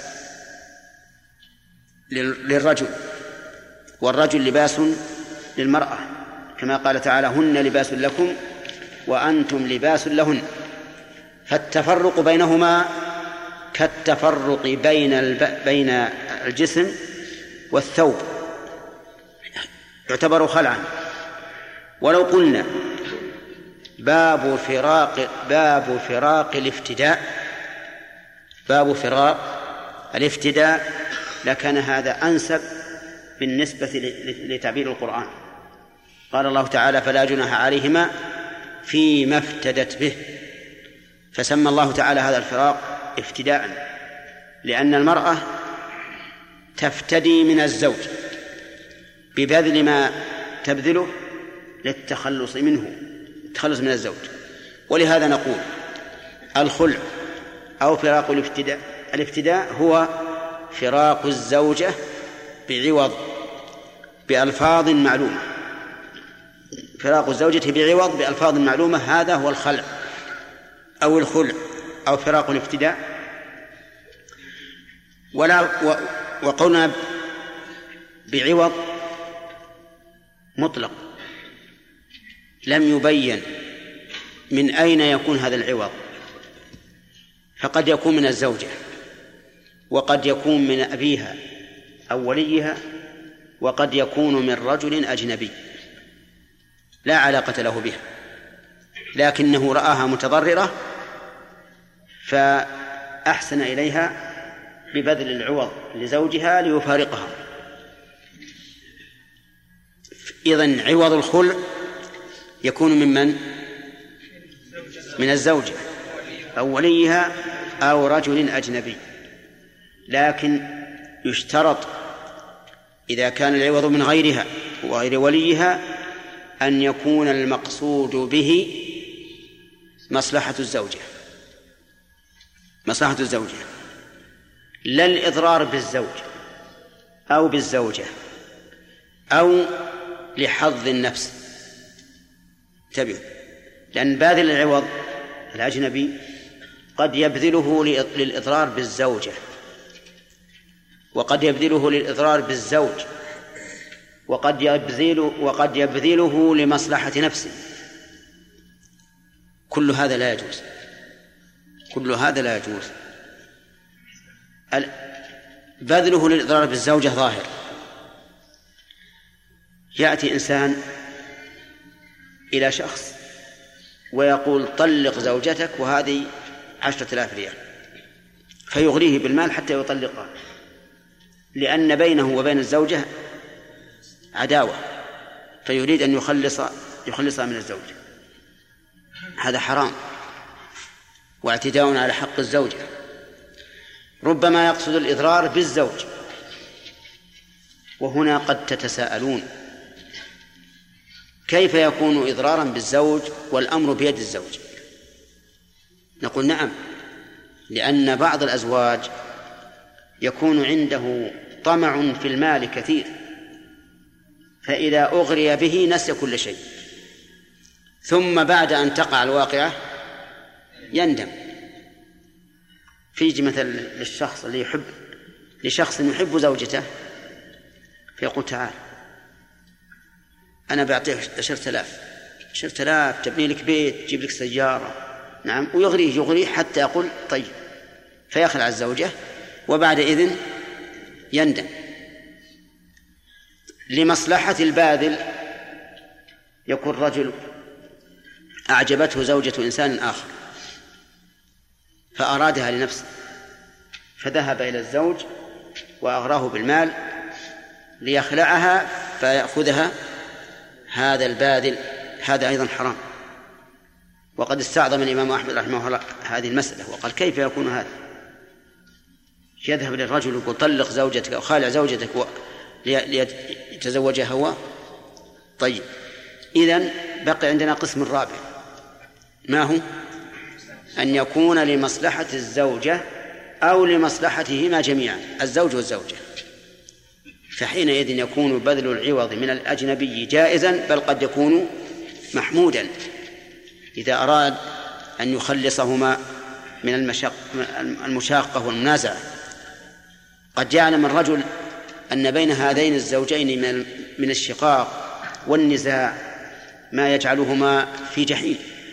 للرجل والرجل لباس للمرأة، كما قال تعالى: هن لباس لكم وأنتم لباس لهن. فالتفرق بينهما كالتفرق بين الجسم والثوب، يعتبر خلعا. ولو قلنا باب فراق الافتداء لكان هذا أنسب بالنسبة لتعبير القرآن. قال الله تعالى: فلا جناح عليهما فيما افتدت به، فسمى الله تعالى هذا الفراق افتداء، لأن المرأة تفتدي من الزوج ببذل ما تبذله للتخلص منه، التخلص من الزوج. ولهذا نقول الخلع أو فراق الافتداء هو فراق الزوجة بعوض بألفاظ معلومة، فراق الزوجة بعوض بألفاظ معلومة، هذا هو الخلع أو الخلع أو فراق الافتداء. وقولنا بعوض مطلق، لم يبين من أين يكون هذا العوض، فقد يكون من الزوجة وقد يكون من أبيها أو وليها وقد يكون من رجل أجنبي لا علاقة له بها، لكنه رآها متضررة فأحسن إليها ببذل العوض لزوجها ليفارقها. إذن عوض الخلع يكون من الزوجة أو وليها أو رجل أجنبي، لكن يشترط إذا كان العوض من غيرها وغير وليها أن يكون المقصود به مصلحة الزوجة لا الإضرار بالزوج أو بالزوجة أو لحظ النفس. انتبهوا، لأن باذل العوض الأجنبي قد يبذله للإضرار بالزوجة وقد يبذله للإضرار بالزوج وقد يبذله لمصلحة نفسه. كل هذا لا يجوز. بذله للإضرار بالزوجة ظاهر. يأتي إنسان إلى شخص ويقول: طلق زوجتك وهذه 10,000 ريال، فيغريه بالمال حتى يطلقها، لأن بينه وبين الزوجة عداوة، فيريد أن يخلصها من الزوجة. هذا حرام واعتداء على حق الزوجة. ربما يقصد الإضرار بالزوج، وهنا قد تتساءلون: كيف يكون إضرارا بالزوج والأمر بيد الزوج؟ نقول: نعم، لأن بعض الأزواج يكون عنده طمع في المال كثير، فإذا أغري به نسي كل شيء، ثم بعد أن تقع الواقعة يندم. فيجي مثل للشخص اللي لشخص يحب زوجته فيقول: تعال أنا بعطيه 10,000 تبني لك بيت، تجيب لك سيارة. نعم، ويغريه حتى يقول طيب، فيخلع الزوجة وبعد إذن يندم. لمصلحة الباذل يكون رجل أعجبته زوجة إنسان آخر فأرادها لنفسه، فذهب إلى الزوج وأغراه بالمال ليخلعها فيأخذها. هذا الباذل هذا أيضا حرام. وقد استعظم الإمام أحمد رحمه الله هذه المسألة وقال: كيف يكون هذا؟ يذهب للرجل يقول طلق زوجتك أو خالع زوجتك ليتزوجها هو؟ طيب، إذن بقي عندنا قسم رابع، ما هو؟ أن يكون لمصلحة الزوجة أو لمصلحتهما جميعا، الزوج والزوجة، فحينئذ يكون بذل العوض من الأجنبي جائزا، بل قد يكون محمودا إذا أراد أن يخلصهما من المشاقة والمنازعة. قد يعلم الرجل أن بين هذين الزوجين من الشقاق والنزاع ما يجعلهما في جحيم،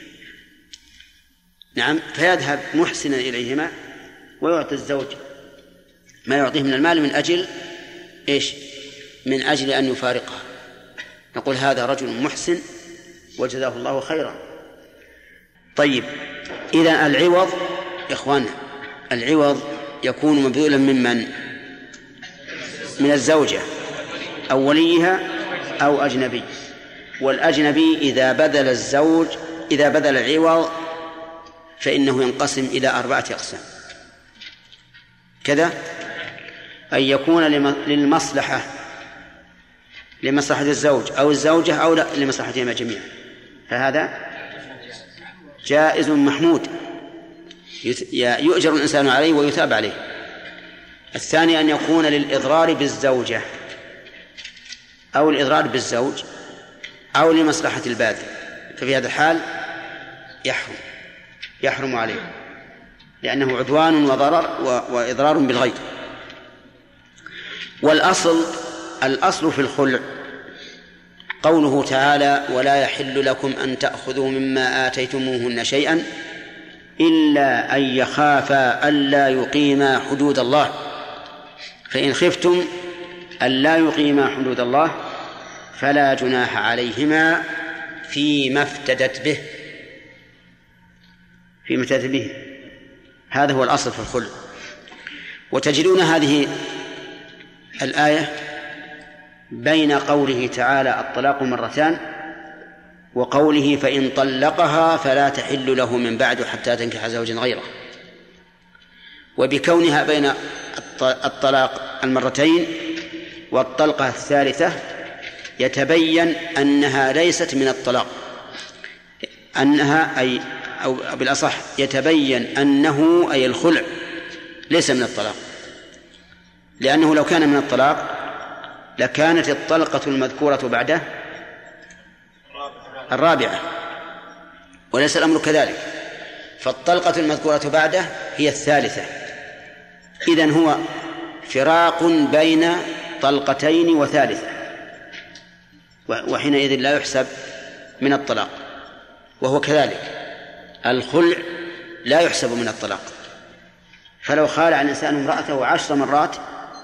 نعم، فيذهب محسنا إليهما ويعطي الزوج ما يعطيه من المال من أجل إيش؟ من أجل أن يفارقها. نقول هذا رجل محسن وجزاه الله خيرا. طيب، إذن العوض يا إخوانا، العوض يكون مبذولا من الزوجة أو وليها أو أجنبي، والأجنبي إذا بذل العوض فإنه ينقسم إلى 4 أقسام كذا: أن يكون لمصلحة الزوج أو الزوجة أو لمصلحتهما جميعا، فهذا جائز محمود يؤجر الإنسان عليه ويثاب عليه. الثاني أن يكون للإضرار بالزوجة أو الإضرار بالزوج أو لمصلحة الباذل، ففي هذا الحال يحرم عليه لأنه عدوان وضرر وإضرار بالغير. والأصل في الخلع قوله تعالى: ولا يحل لكم أن تأخذوا مما آتيتموهن شيئا إلا أن يخافا ألا يقيما حدود الله، فإن خفتم ألا يقيما حدود الله فلا جناح عليهما فيما افتدت به. هذا هو الأصل في الخلع. وتجدون هذه الآية بين قوله تعالى: الطلاق مرتان، وقوله: فإن طلقها فلا تحل له من بعد حتى تنكح زوجا غيره. وبكونها بين الطلاق المرتين والطلقة الثالثة يتبين أنها ليست من الطلاق، أو بالأصح يتبين أنه أي الخلع ليس من الطلاق، لأنه لو كان من الطلاق لكانت الطلقة المذكورة بعده الرابعة، وليس الأمر كذلك، فالطلقة المذكورة بعده هي الثالثة. إذن هو فراق بين طلقتين وثالثة، وحينئذ لا يحسب من الطلاق. وهو كذلك الخلع لا يحسب من الطلاق، فلو خالع الإنسان امرأته 10 مرات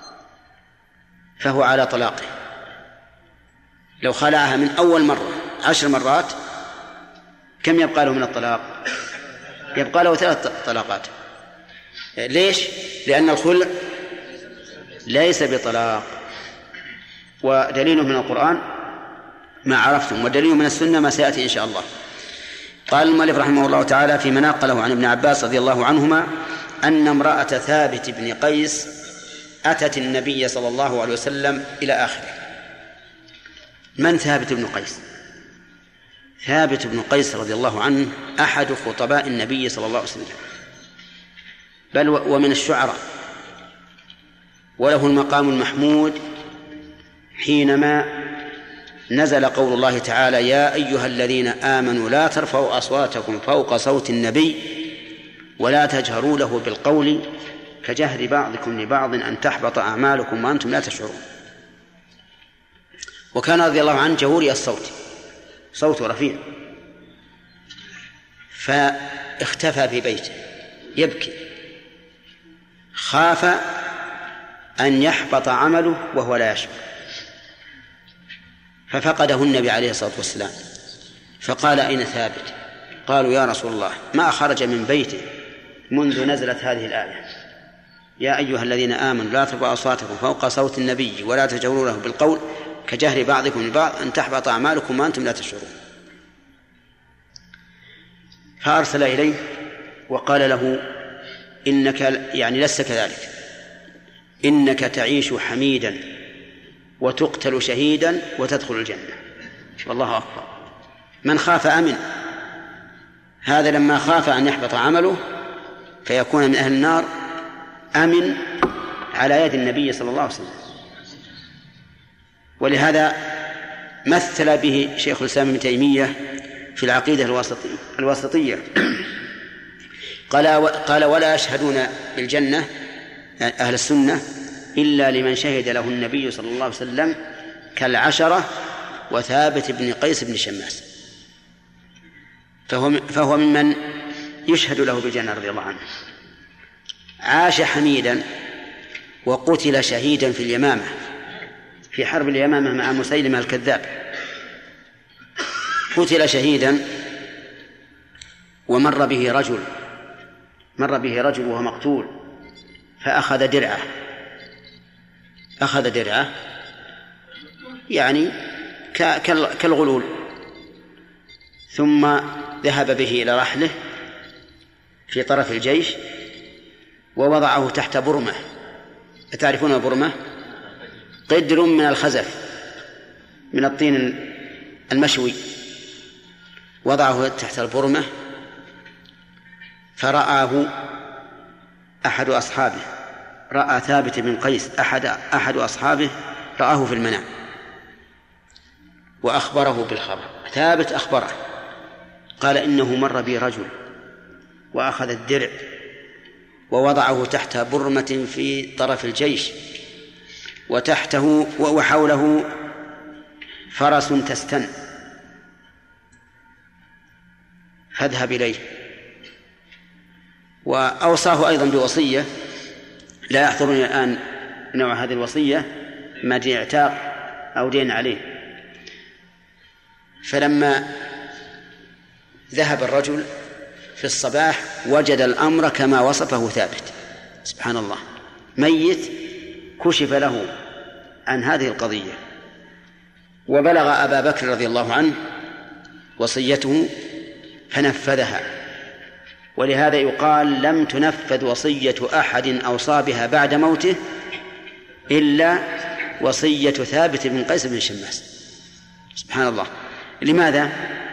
فهو على طلاقه. لو خلعها من أول مرة 10 مرات كم يبقى له من الطلاق؟ يبقى له 3 طلاقات. ليش؟ لأن الخلع ليس بطلاق. ودليله من القرآن ما عرفتم، ودليله من السنة ما سيأتي إن شاء الله. قال المؤلف رحمه الله تعالى فيما نقله عن ابن عباس رضي الله عنهما أن امرأة ثابت بن قيس أتت النبي صلى الله عليه وسلم إلى آخره. من ثابت بن قيس؟ ثابت بن قيس رضي الله عنه أحد خطباء النبي صلى الله عليه وسلم، بل ومن الشعراء، وله المقام المحمود حينما نزل قول الله تعالى: يا أيها الذين آمنوا لا ترفعوا أصواتكم فوق صوت النبي ولا تجهروا له بالقول كجهر بعضكم لبعض أن تحبط أعمالكم وأنتم لا تشعرون. وكان رضي الله عنه جهوري الصوت، صوته رفيع، فاختفى في بيته يبكي، خاف أن يحبط عمله وهو لا يشعر، ففقده النبي عليه الصلاة والسلام فقال: أين ثابت؟ قالوا: يا رسول الله ما خرج من بيته منذ نزلت هذه الآية: يا أيها الذين آمنوا لا ترفعوا أصواتكم فوق صوت النبي ولا تجهروا له بالقول كجهر بعضكم لبعض أن تحبط أعمالكم وأنتم لا تشعرون. فأرسل إليه وقال له: إنك يعني لست كذلك، إنك تعيش حميدا وتقتل شهيدا وتدخل الجنة. والله أكبر. من خاف أمن. هذا لما خاف أن يحبط عمله فيكون من أهل النار أمن على يد النبي صلى الله عليه وسلم. ولهذا مثل به شيخ الإسلام ابن تيمية في العقيدة الواسطية قال ولا يشهدون بالجنة أهل السنة إلا لمن شهد له النبي صلى الله عليه وسلم كالعشرة وثابت بن قيس بن شماس، فهو ممن يشهد له بالجنة رضي الله عنه. عاش حميدا وقتل شهيدا في اليمامة، في حرب اليمامة مع مسيلمة الكذاب، قتل شهيدا ومر به رجل وهو مقتول فأخذ درعه يعني كالغلول، ثم ذهب به إلى رحله في طرف الجيش ووضعه تحت برمة. تعرفون برمة؟ قدر من الخزف من الطين المشوي، وضعه تحت البرمة فرآه أحد أصحابه، رأى ثابت بن قيس أحد أصحابه رآه في المنام وأخبره بالخبر. ثابت أخبره قال إنه مر بي رجل وأخذ الدرع ووضعه تحت برمة في طرف الجيش وحوله فرس تستن، فاذهب إليه. وأوصاه أيضا بوصية لا يحضرني الآن نوع هذه الوصية، ما دين اعتاق أو دين عليه. فلما ذهب الرجل في الصباح وجد الأمر كما وصفه ثابت، سبحان الله، ميت كشف له عن هذه القضية. وبلغ أبا بكر رضي الله عنه وصيته فنفذها. ولهذا يقال لم تنفذ وصية أحد أوصى بها بعد موته إلا وصية ثابت بن قيس بن شماس، سبحان الله. لماذا؟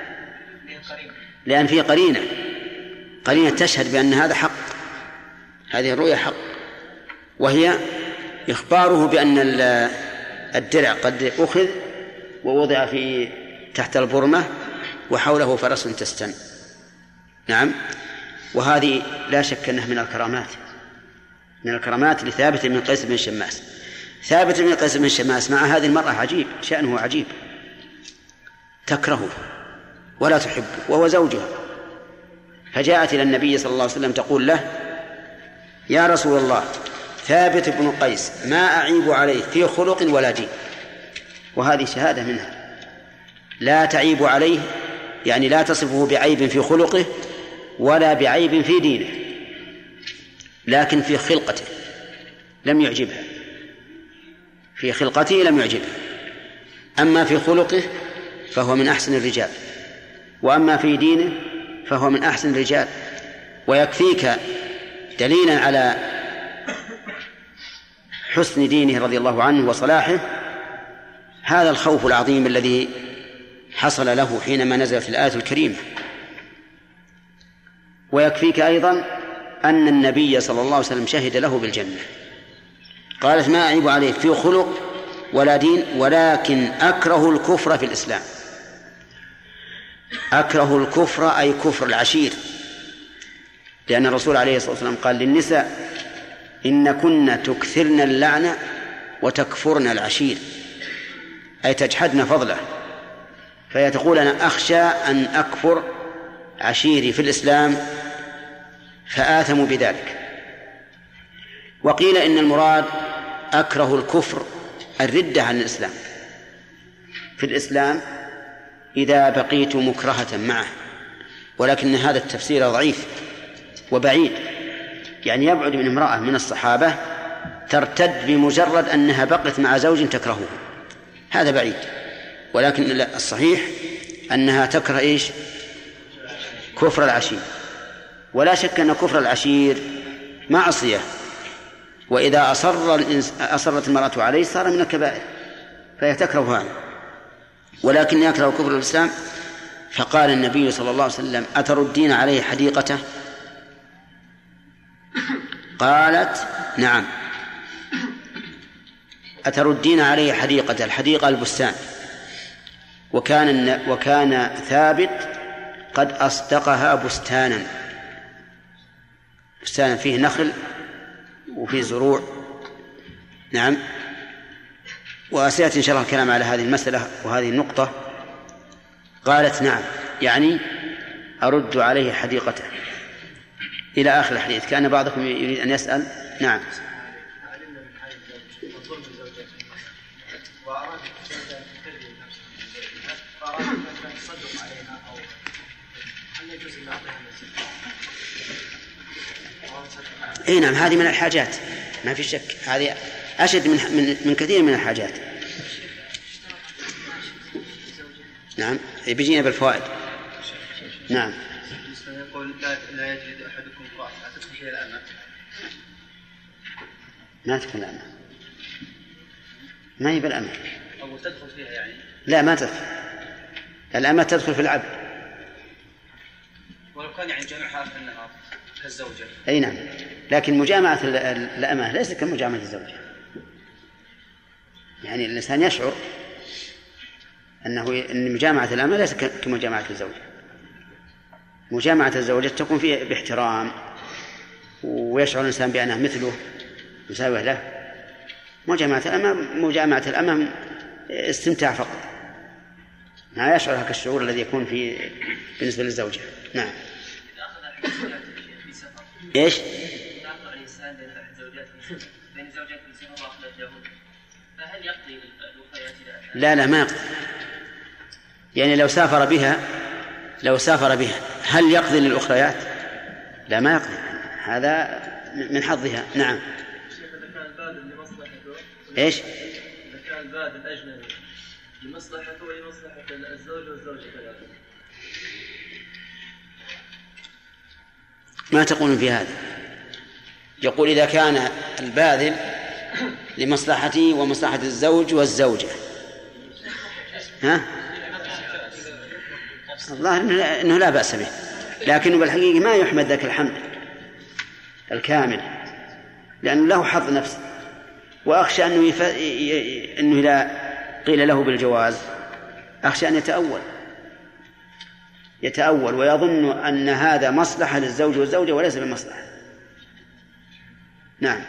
لأن فيه قرينة تشهد بأن هذا حق، هذه الرؤيا حق، وهي إخباره بأن الدرع قد أخذ ووضع تحت البرمة وحوله فرس تستن. نعم. وهذه لا شك أنها من الكرامات لثابت بن قيس بن شماس. ثابت بن قيس بن شماس مع هذه المرأة عجيب، شأنه عجيب، تكرهه ولا تحبه وهو زوجها، فجاءت إلى النبي صلى الله عليه وسلم تقول له: يا رسول الله، ثابت بن قيس ما أعيب عليه في خلق ولا دين. وهذه شهادة منها، لا تعيب عليه يعني لا تصفه بعيب في خلقه ولا بعيب في دينه، لكن في خلقته لم يعجبها، في خلقته لم يعجبها، أما في خلقه فهو من أحسن الرجال، وأما في دينه فهو من أحسن الرجال. ويكفيك دليلا على حسن دينه رضي الله عنه وصلاحه هذا الخوف العظيم الذي حصل له حينما نزلت الآية الكريمة. ويكفيك أيضا أن النبي صلى الله عليه وسلم شهد له بالجنة، قالت: ما أعيب عليه في خلق ولا دين ولكن أكره الكفر في الإسلام. أكره الكفر أي كفر العشير، لأن الرسول عليه الصلاة والسلام قال للنساء: إن كن تكثرن اللعنة وتكفرن العشير، أي تجحدن فضله. فيتقول: أنا أخشى أن أكفر عشيري في الإسلام فآثم بذلك. وقيل إن المراد أكره الكفر الردة عن الإسلام، في الإسلام إذا بقيت مكرهة معه، ولكن هذا التفسير ضعيف وبعيد، يعني يبعد من امرأة من الصحابة ترتد بمجرد أنها بقت مع زوج تكرهه، هذا بعيد. ولكن الصحيح أنها تكره إيش؟ كفر العشير. ولا شك أن كفر العشير معصية وإذا أصرت المرأة عليه صار من الكبائر، فهي تكره هذا. ولكن يكره كفر الإسلام. فقال النبي صلى الله عليه وسلم: أتردين عليه حديقته؟ قالت: نعم. أتردين عليه حديقته، الحديقة البستان. وكان ثابت قد أصدقها بستانا فيه نخل وفيه زروع. نعم. وسيأتي إن شاء الله الكلام على هذه المسألة وهذه النقطة. قالت: نعم، يعني أرد عليه حديقته إلى آخر الحديث. كأن بعضكم يريد أن يسأل. نعم. نعم، هذه من الحاجات، ما في شك، هذه أشد من كثير من الحاجات. نعم، بيجينا بالفوائد. نعم. يقول: لا يجد أحدكم امرأة تدخل فيها الأمة. ما تدخل الأمة، ما هي بالأمة. أو تدخل فيها يعني؟ لا، ما تدخل. الأمة تدخل في العبد. ولو كان يعني جمعها في النهار كالزوجة. أي نعم، لكن مجامعة الأمة ليست كمجامعة الزوجة. يعني الإنسان يشعر أن مجامعة الأمة ليست كمجامعة الزوجة. مجامعة الزوجة تكون فيها باحترام، ويشعر الإنسان بأنه مثله مساوي له. مجامعة الأمة استمتاع فقط، ما يشعر هكذا الشعور الذي يكون بالنسبة للزوجة. نعم. إيش؟ بين زوجات الإنسان وأخذ اليهود، فهل يقضي الوفيات؟ لا، ما يقضي. يعني لو سافر بها هل يقضي للأخريات؟ لا، ما يقضي، هذا من حظها. نعم. إيش؟ إذا كان الباد الأجنبي لمصلحته ولمصلحة الزوج والزوجة كذلك. ما تقولون في هذا؟ يقول: إذا كان الباذل لمصلحتي ومصلحة الزوج والزوجة. ها؟ الظاهر أنه لا بأس به، لكنه بالحقيقة ما يحمد ذاك الحمد الكامل، لأنه له حظ نفسه. وأخشى أنه إذا قيل له بالجواز أخشى أن يتأول ويظن أن هذا مصلحة للزوج والزوجة وليس بمصلحة. نعم.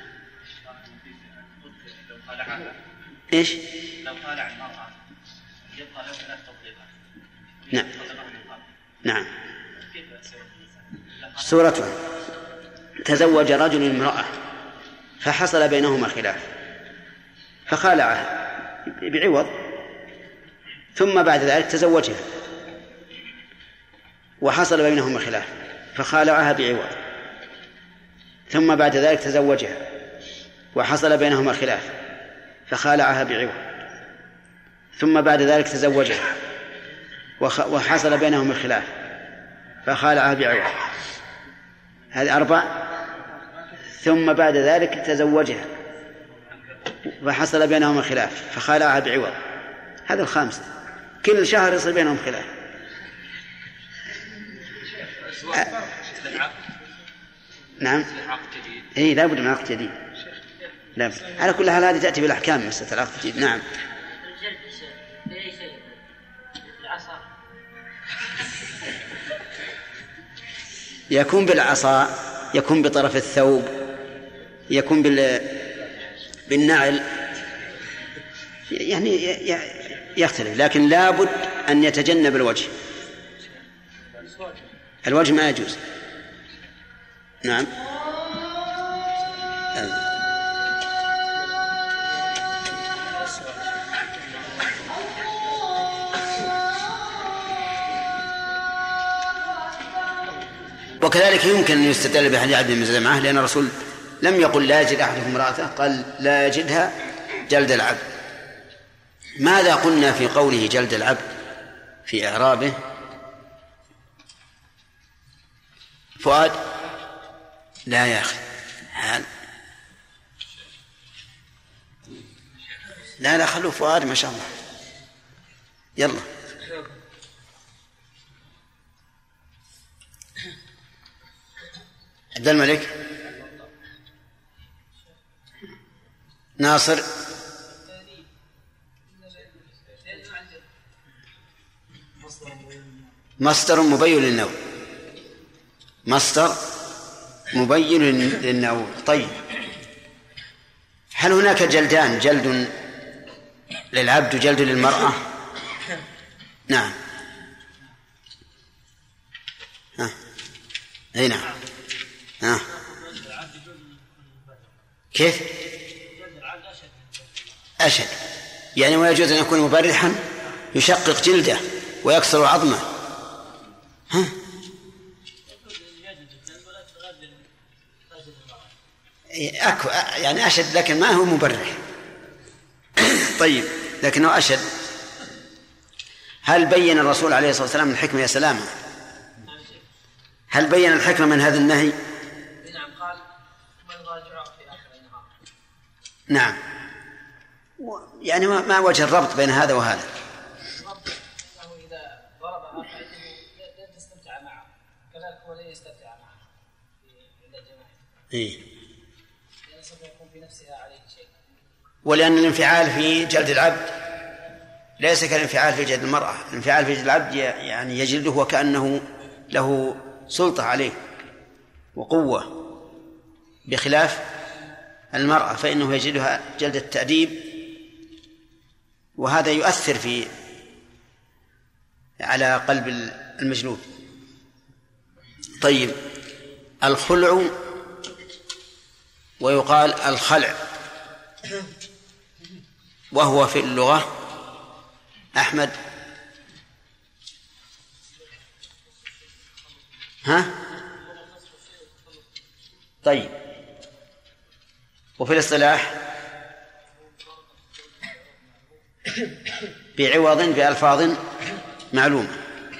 إيش؟ لو قال عن المرأة يبقى له 3 تطبيقات. نعم. نعم. سورة: تزوج رجل امرأة فحصل بينهما خلاف فخالعها بعوض، ثم بعد ذلك تزوجها وحصل بينهما خلاف فخالعها بعوض، ثم بعد ذلك تزوجها وحصل بينهما خلاف فخالعها بعوض، ثم بعد ذلك تزوجها وحصل بينهما خلاف فخالعها بعوض. هذه 4. ثم بعد ذلك تزوجها وحصل بينهما خلاف فخالعها بعوض. هذا 5. كل شهر يصير بينهم خلاف. نعم. لا بد من عقد جديد. لا بد. على كل حال هذه تأتي بالأحكام مسألة العقد الجديد. نعم. يكون بالعصا، يكون بطرف الثوب، يكون بالنعل، يعني يختلف، لكن لابد أن يتجنب الوجه ما يجوز. نعم. وكذلك يمكن أن يستدل بحديث عبد بن زمعة، لأن الرسول لم يقل لا يجد أحدكم امرأته، قال لا يجدها جلد العبد. ماذا قلنا في قوله جلد العبد في إعرابه؟ فؤاد؟ لا يا أخي، لا خلوه فؤاد ما شاء الله. يلا عبد الملك. ناصر. مصدر مبين للنوع. مصدر مبين للنوع. طيب هل هناك جلدان، جلد للعبد وجلد للمرأة؟ نعم. أي نعم. كيف؟ أشد يعني ويجوز أن يكون مبرحا يشقق جلده ويكسر عظمه. يعني أشد لكن ما هو مبرح. طيب لكنه أشد. هل بين الرسول عليه الصلاة والسلام الحكمة يا سلامة؟ هل بين الحكمة من هذا النهي؟ نعم قال في آخر النهار. نعم يعني ما وجه الربط بين هذا وهذا؟ الربط أنه إذا ضربها فإنه لن تستمتع معه كذلك هو لا يستمتع معه عند الجماعة. لأن سوف يكون في نفسها عليه شيء. ولأن الانفعال في جلد العبد ليس كالانفعال في جلد المرأة. الانفعال في جلد العبد يعني يجلده وكأنه له سلطة عليه وقوة، بخلاف المرأة فإنه يجلدها جلد التأديب، وهذا يؤثر على قلب المجلود. طيب الخلع ويقال الخلع، وهو في اللغة أحمد طيب وفي الاصطلاح بعوض بألفاظ معلومة.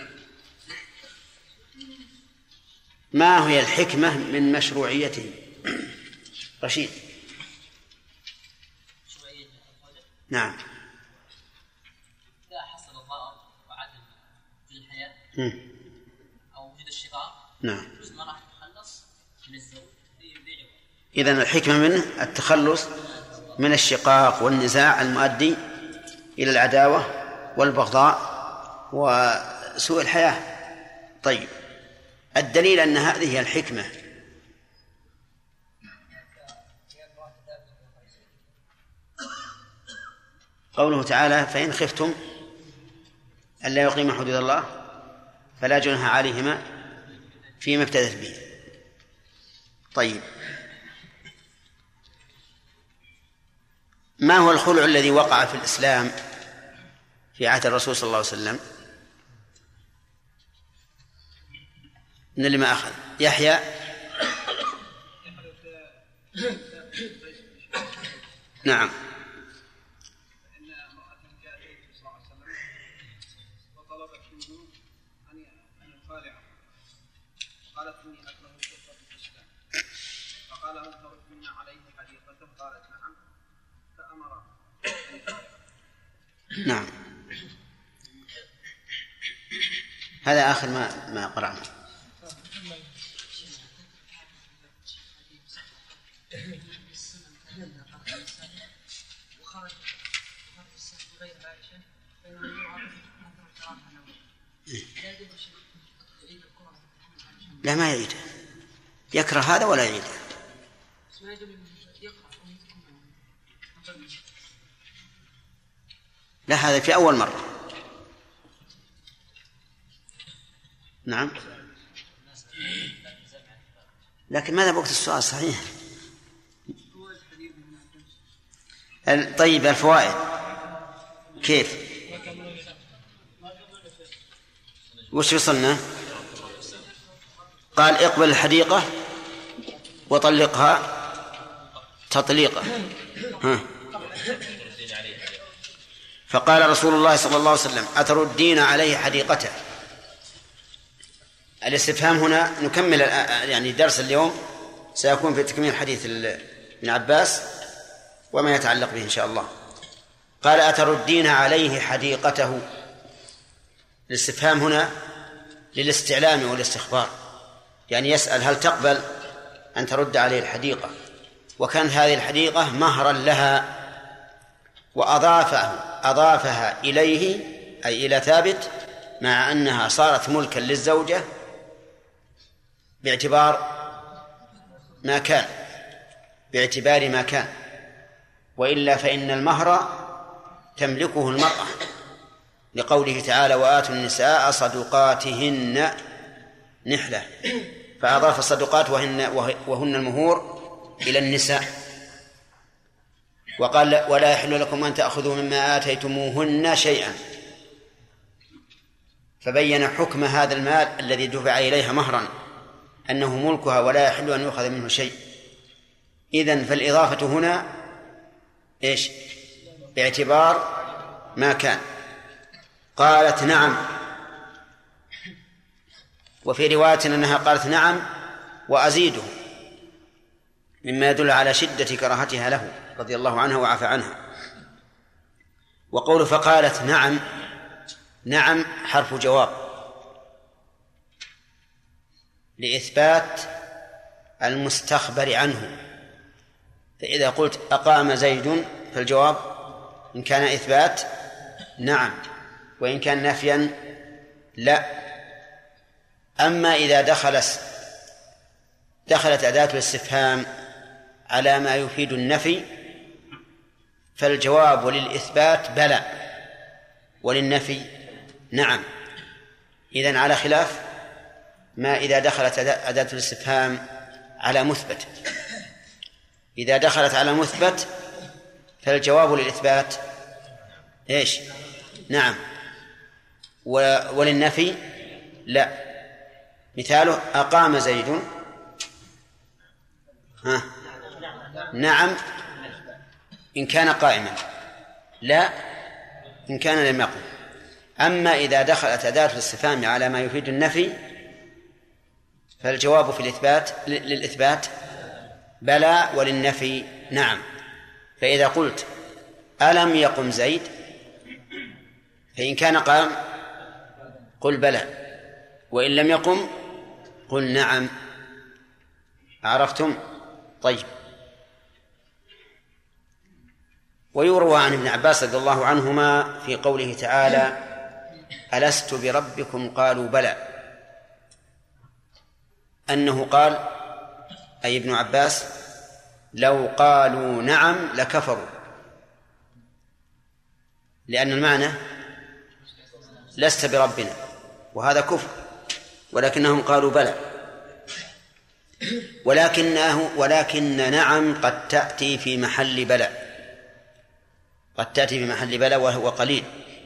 ما هي الحكمة من مشروعيته؟ رشيد. نعم. إذا حصل الضرر وعدم وجود الحياة أو وجود الشقاق نعم ما راح تتخلص من الزوج بعوض. إذن الحكمة منه التخلص من الشقاق والنزاع المؤدي إلى العداوة والبغضاء وسوء الحياة. طيب الدليل أن هذه هي الحكمة. قوله تعالى فإن خفتم ألا يقيم حدود الله فلا جناح عليهما فيما افتدت به. طيب ما هو الخلع الذي وقع في الإسلام في عهد الرسول صلى الله عليه وسلم؟ من اللي ما أخذ يحيى. نعم. نعم هذا آخر ما قرأنا. لا ما يعيده، يكره هذا ولا يعيده. لا هذا في أول مرة. نعم لكن ماذا بوقت السؤال صحيح. طيب الفوائد كيف وش وصلنا؟ قال اقبل الحديقة وطلقها تطليقة. فقال رسول الله صلى الله عليه وسلم أتردين عليه حديقته. الاستفهام هنا نكمل يعني درس اليوم سيكون في تكميل حديث ابن عباس وما يتعلق به إن شاء الله. قال أتردين عليه حديقته. الاستفهام هنا للاستعلام والاستخبار، يعني يسأل هل تقبل أن ترد عليه الحديقة، وكانت هذه الحديقة مهرا لها، وأضافها إليه أي إلى ثابت، مع أنها صارت ملكا للزوجة باعتبار ما كان، وإلا فإن المهر تملكه المرأة، لقوله تعالى وآتوا النساء صدقاتهن نحلة، فأضاف الصدقات وهن المهور إلى النساء. وقال ولا يحل لكم أن تأخذوا مما آتيتموهن شيئا، فبين حكم هذا المال الذي دفع إليها مهرا أنه ملكها ولا يحل أن يؤخذ منه شيء. إذن فالإضافة هنا إيش؟ باعتبار ما كان. قالت نعم، وفي رواية أنها قالت نعم وأزيده، مما يدل على شدة كراهتها له رضي الله عنها وعفى عنها. وقول فقالت نعم، نعم حرف جواب لإثبات المستخبر عنه، فإذا قلت أقام زيد فالجواب إن كان إثبات نعم، وإن كان نفيا لا. أما إذا دخلت أداة الاستفهام على ما يفيد النفي فالجواب للإثبات بلى، وللنفي نعم. إذن على خلاف ما إذا دخلت أداة الاستفهام على مثبت. إذا دخلت على مثبت فالجواب للإثبات إيش؟ نعم، وللنفي لا. مثاله أقام زيد، نعم إن كان قائما، لا إن كان لم يقم. أما إذا دخلت أداة الاستفهام على ما يفيد النفي فالجواب في الإثبات للإثبات بلى، وللنفي نعم. فإذا قلت ألم يقم زيد فإن كان قام قل بلى، وإن لم يقم قل نعم. عرفتم؟ طيب. ويروى عن ابن عباس رضي الله عنهما في قوله تعالى ألست بربكم قالوا بلى، أنه قال أي ابن عباس لو قالوا نعم لكفروا، لأن المعنى لست بربنا، وهذا كفر، ولكنهم قالوا بلى. ولكن نعم قد تأتي في محل بلى، قد تأتي في محل بلى وهو قليل.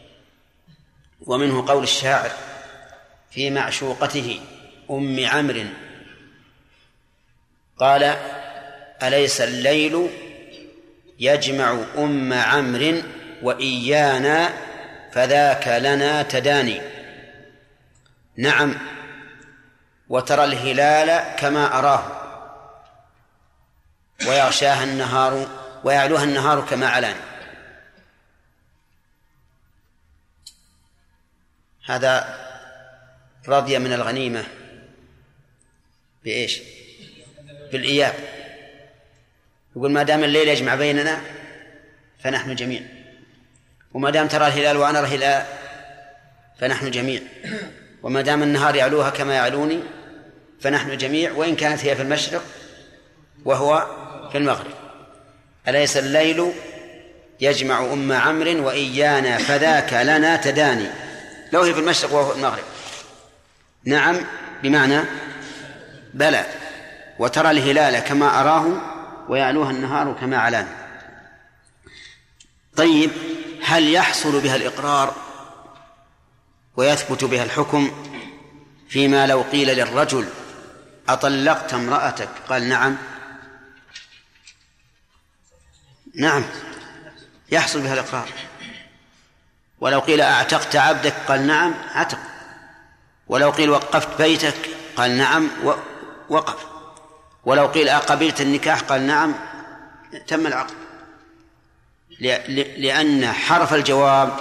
ومنه قول الشاعر في معشوقته أم عمرو قال أليس الليل يجمع أم عمرو وإيانا فذاك لنا تداني. نعم وترى الهلال كما أراه ويغشاها النهار ويعلوها النهار كما علاني. هذا رضي من الغنيمة بإيش؟ بالإياب. يقول ما دام الليل يجمع بيننا فنحن جميع، وما دام ترى الهلال وأنا أرى الهلال فنحن جميع، وما دام النهار يعلوها كما يعلوني فنحن جميع، وإن كانت هي في المشرق وهو في المغرب. أليس الليل يجمع أم عمرو وإيانا فذاك لنا تداني، لو هي في المشرق وهو في المغرب. نعم بمعنى بلى، وترى الهلال كما أراه ويعلوها النهار كما علاني. طيب، هل يحصل بها الإقرار ويثبت بها الحكم فيما لو قيل للرجل أطلقت امرأتك قال نعم؟ نعم يحصل بها الإقرار. ولو قيل أعتقت عبدك قال نعم عتق. ولو قيل وقفت بيتك قال نعم وقف. ولو قيل أقبلت النكاح قال نعم تم العقد. لأن حرف الجواب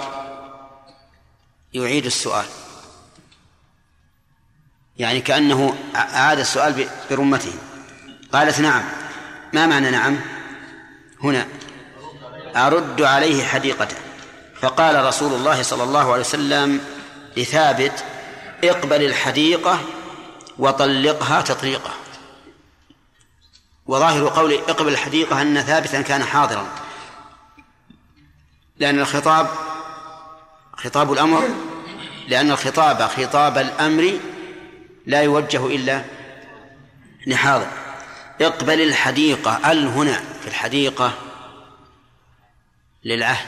يعيد السؤال، يعني كأنه أعاد السؤال برمته. قالت نعم. ما معنى نعم هنا؟ أرد عليه حديقته. فقال رسول الله صلى الله عليه وسلم لثابت: اقبل الحديقة وطلقها تطليقة. وظاهر قول اقبل الحديقة أن ثابتا كان حاضرا، لأن الخطاب خطاب الأمر، لأن الخطاب خطاب الأمر لا يوجه إلا لحاضر. اقبل الحديقة، هنا في الحديقة للعهد،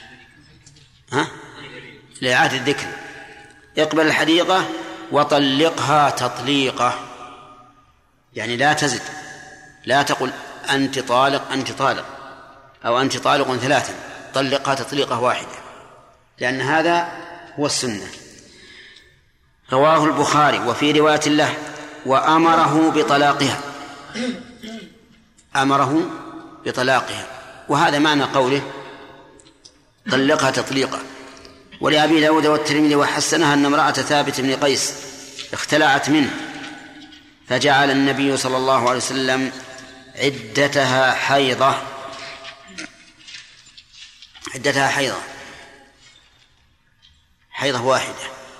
لعهد الذكر. اقبل الحديقة وطلقها تطليقة، يعني لا تزد، لا تقل أنت طالق أنت طالق أو أنت طالق 3، طلقها تطليقة واحدة، لأن هذا هو السنة. رواه البخاري. وفي رواية له: وأمره بطلاقها، أمره بطلاقها، وهذا معنى قوله طلقها تطليقة. ولأبي داود والترمذي وحسنها أن امرأة ثابت بن قيس اختلعت منه، فجعل النبي صلى الله عليه وسلم عدتها حيضة، حيضة واحدة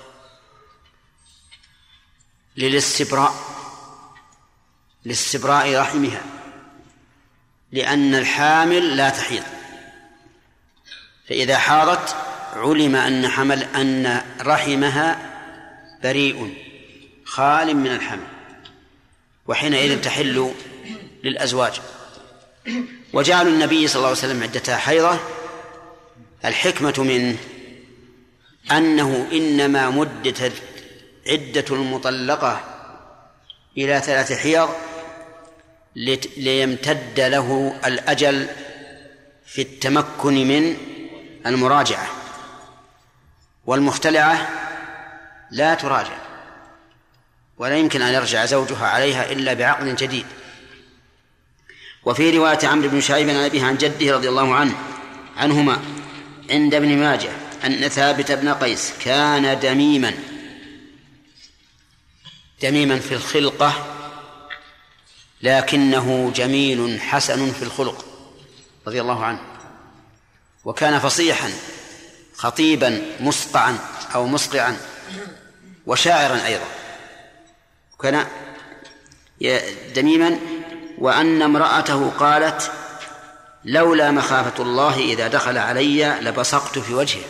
لاستبراء رحمها، لأن الحامل لا تحيض، فإذا حاضت علم أن رحمها بريء خال من الحمل، وحينئذ تحل للأزواج. وجعل النبي صلى الله عليه وسلم عدتها حيضة، الحكمة منه أنه إنما مدت عدة المطلقة إلى 3 حيض ليمتد له الأجل في التمكن من المراجعة، والمختلعة لا تراجع ولا يمكن أن يرجع زوجها عليها إلا بعقد جديد. وفي رواية عمرو بن شعيب عن أبيه عن جده رضي الله عنهما عند ابن ماجه أن ثابت بن قيس كان دميما في الخلقة، لكنه جميل حسن في الخلق رضي الله عنه، وكان فصيحا خطيبا مسقعا أو مسقعا وشاعرا أيضا، كان دميما. وأن امرأته قالت: لولا مخافة الله إذا دخل علي لبصقت في وجهه.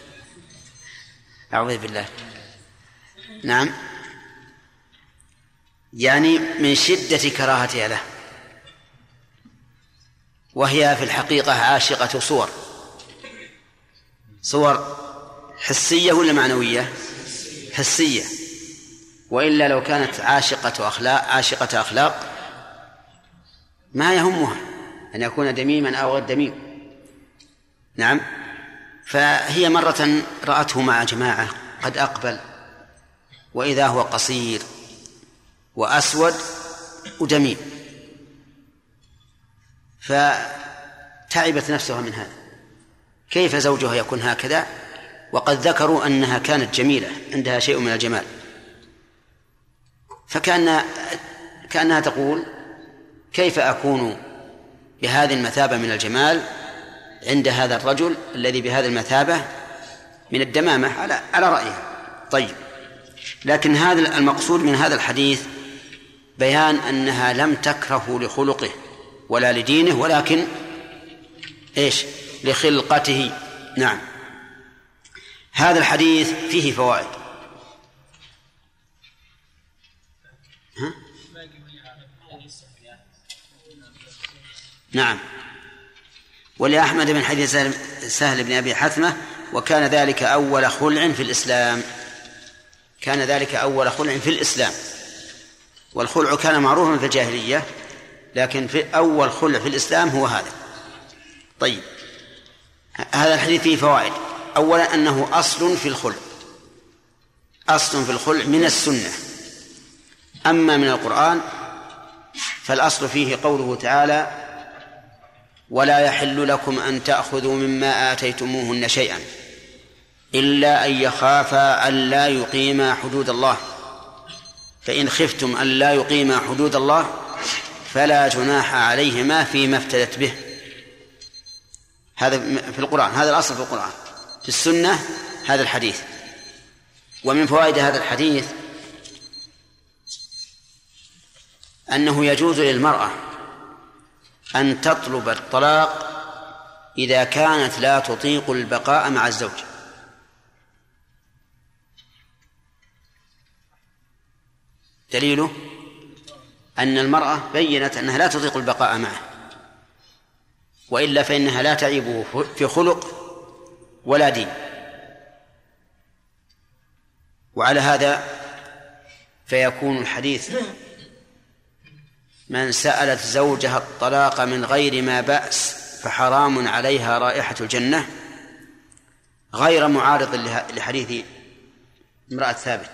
أعوذ بالله. نعم، يعني من شدة كراهتها له، وهي في الحقيقة عاشقة صور حسية ولا معنوية؟ حسية، وإلا لو كانت عاشقة أخلاق ما يهمها أن يكون دميما أو غير دميم. نعم. فهي مرة رأته مع جماعة قد أقبل، وإذا هو قصير وأسود ودميم، فتعبت نفسها من هذا. كيف زوجها يكون هكذا وقد ذكروا أنها كانت جميلة، عندها شيء من الجمال؟ كأنها تقول: كيف أكون بهذه المثابة من الجمال عند هذا الرجل الذي بهذه المثابة من الدمامة على رأيها. طيب، لكن هذا المقصود من هذا الحديث بيان أنها لم تكره لخلقه ولا لدينه، ولكن لخلقته. نعم. هذا الحديث فيه فوائد. نعم. ولأحمد بن حديث سهل بن أبي حثمة: وكان ذلك أول خلع في الإسلام. كان ذلك أول خلع في الإسلام، والخلع كان معروفا في الجاهلية، لكن في أول خلع في الإسلام هو هذا. طيب، هذا الحديث فيه فوائد. أولا أنه أصل في الخلع من السنة، أما من القرآن فالأصل فيه قوله تعالى: ولا يحل لكم أن تأخذوا مما آتيتموهن شيئا إلا أن يخافا ألا يقيما حدود الله، فإن خفتم ألا يقيما حدود الله فلا جناح عليهما فيما افتدت به. هذا في القرآن، هذا الأصل في القرآن. في السنة هذا الحديث. ومن فوائد هذا الحديث أنه يجوز للمرأة أن تطلب الطلاق إذا كانت لا تطيق البقاء مع الزوج. دليله أن المرأة بيّنت أنها لا تطيق البقاء معه، وإلا فإنها لا تعيبه في خلق ولا دين. وعلى هذا فيكون الحديث من سألت زوجها الطلاق من غير ما بأس فحرام عليها رائحة الجنة غير معارض لحديث امرأة ثابت،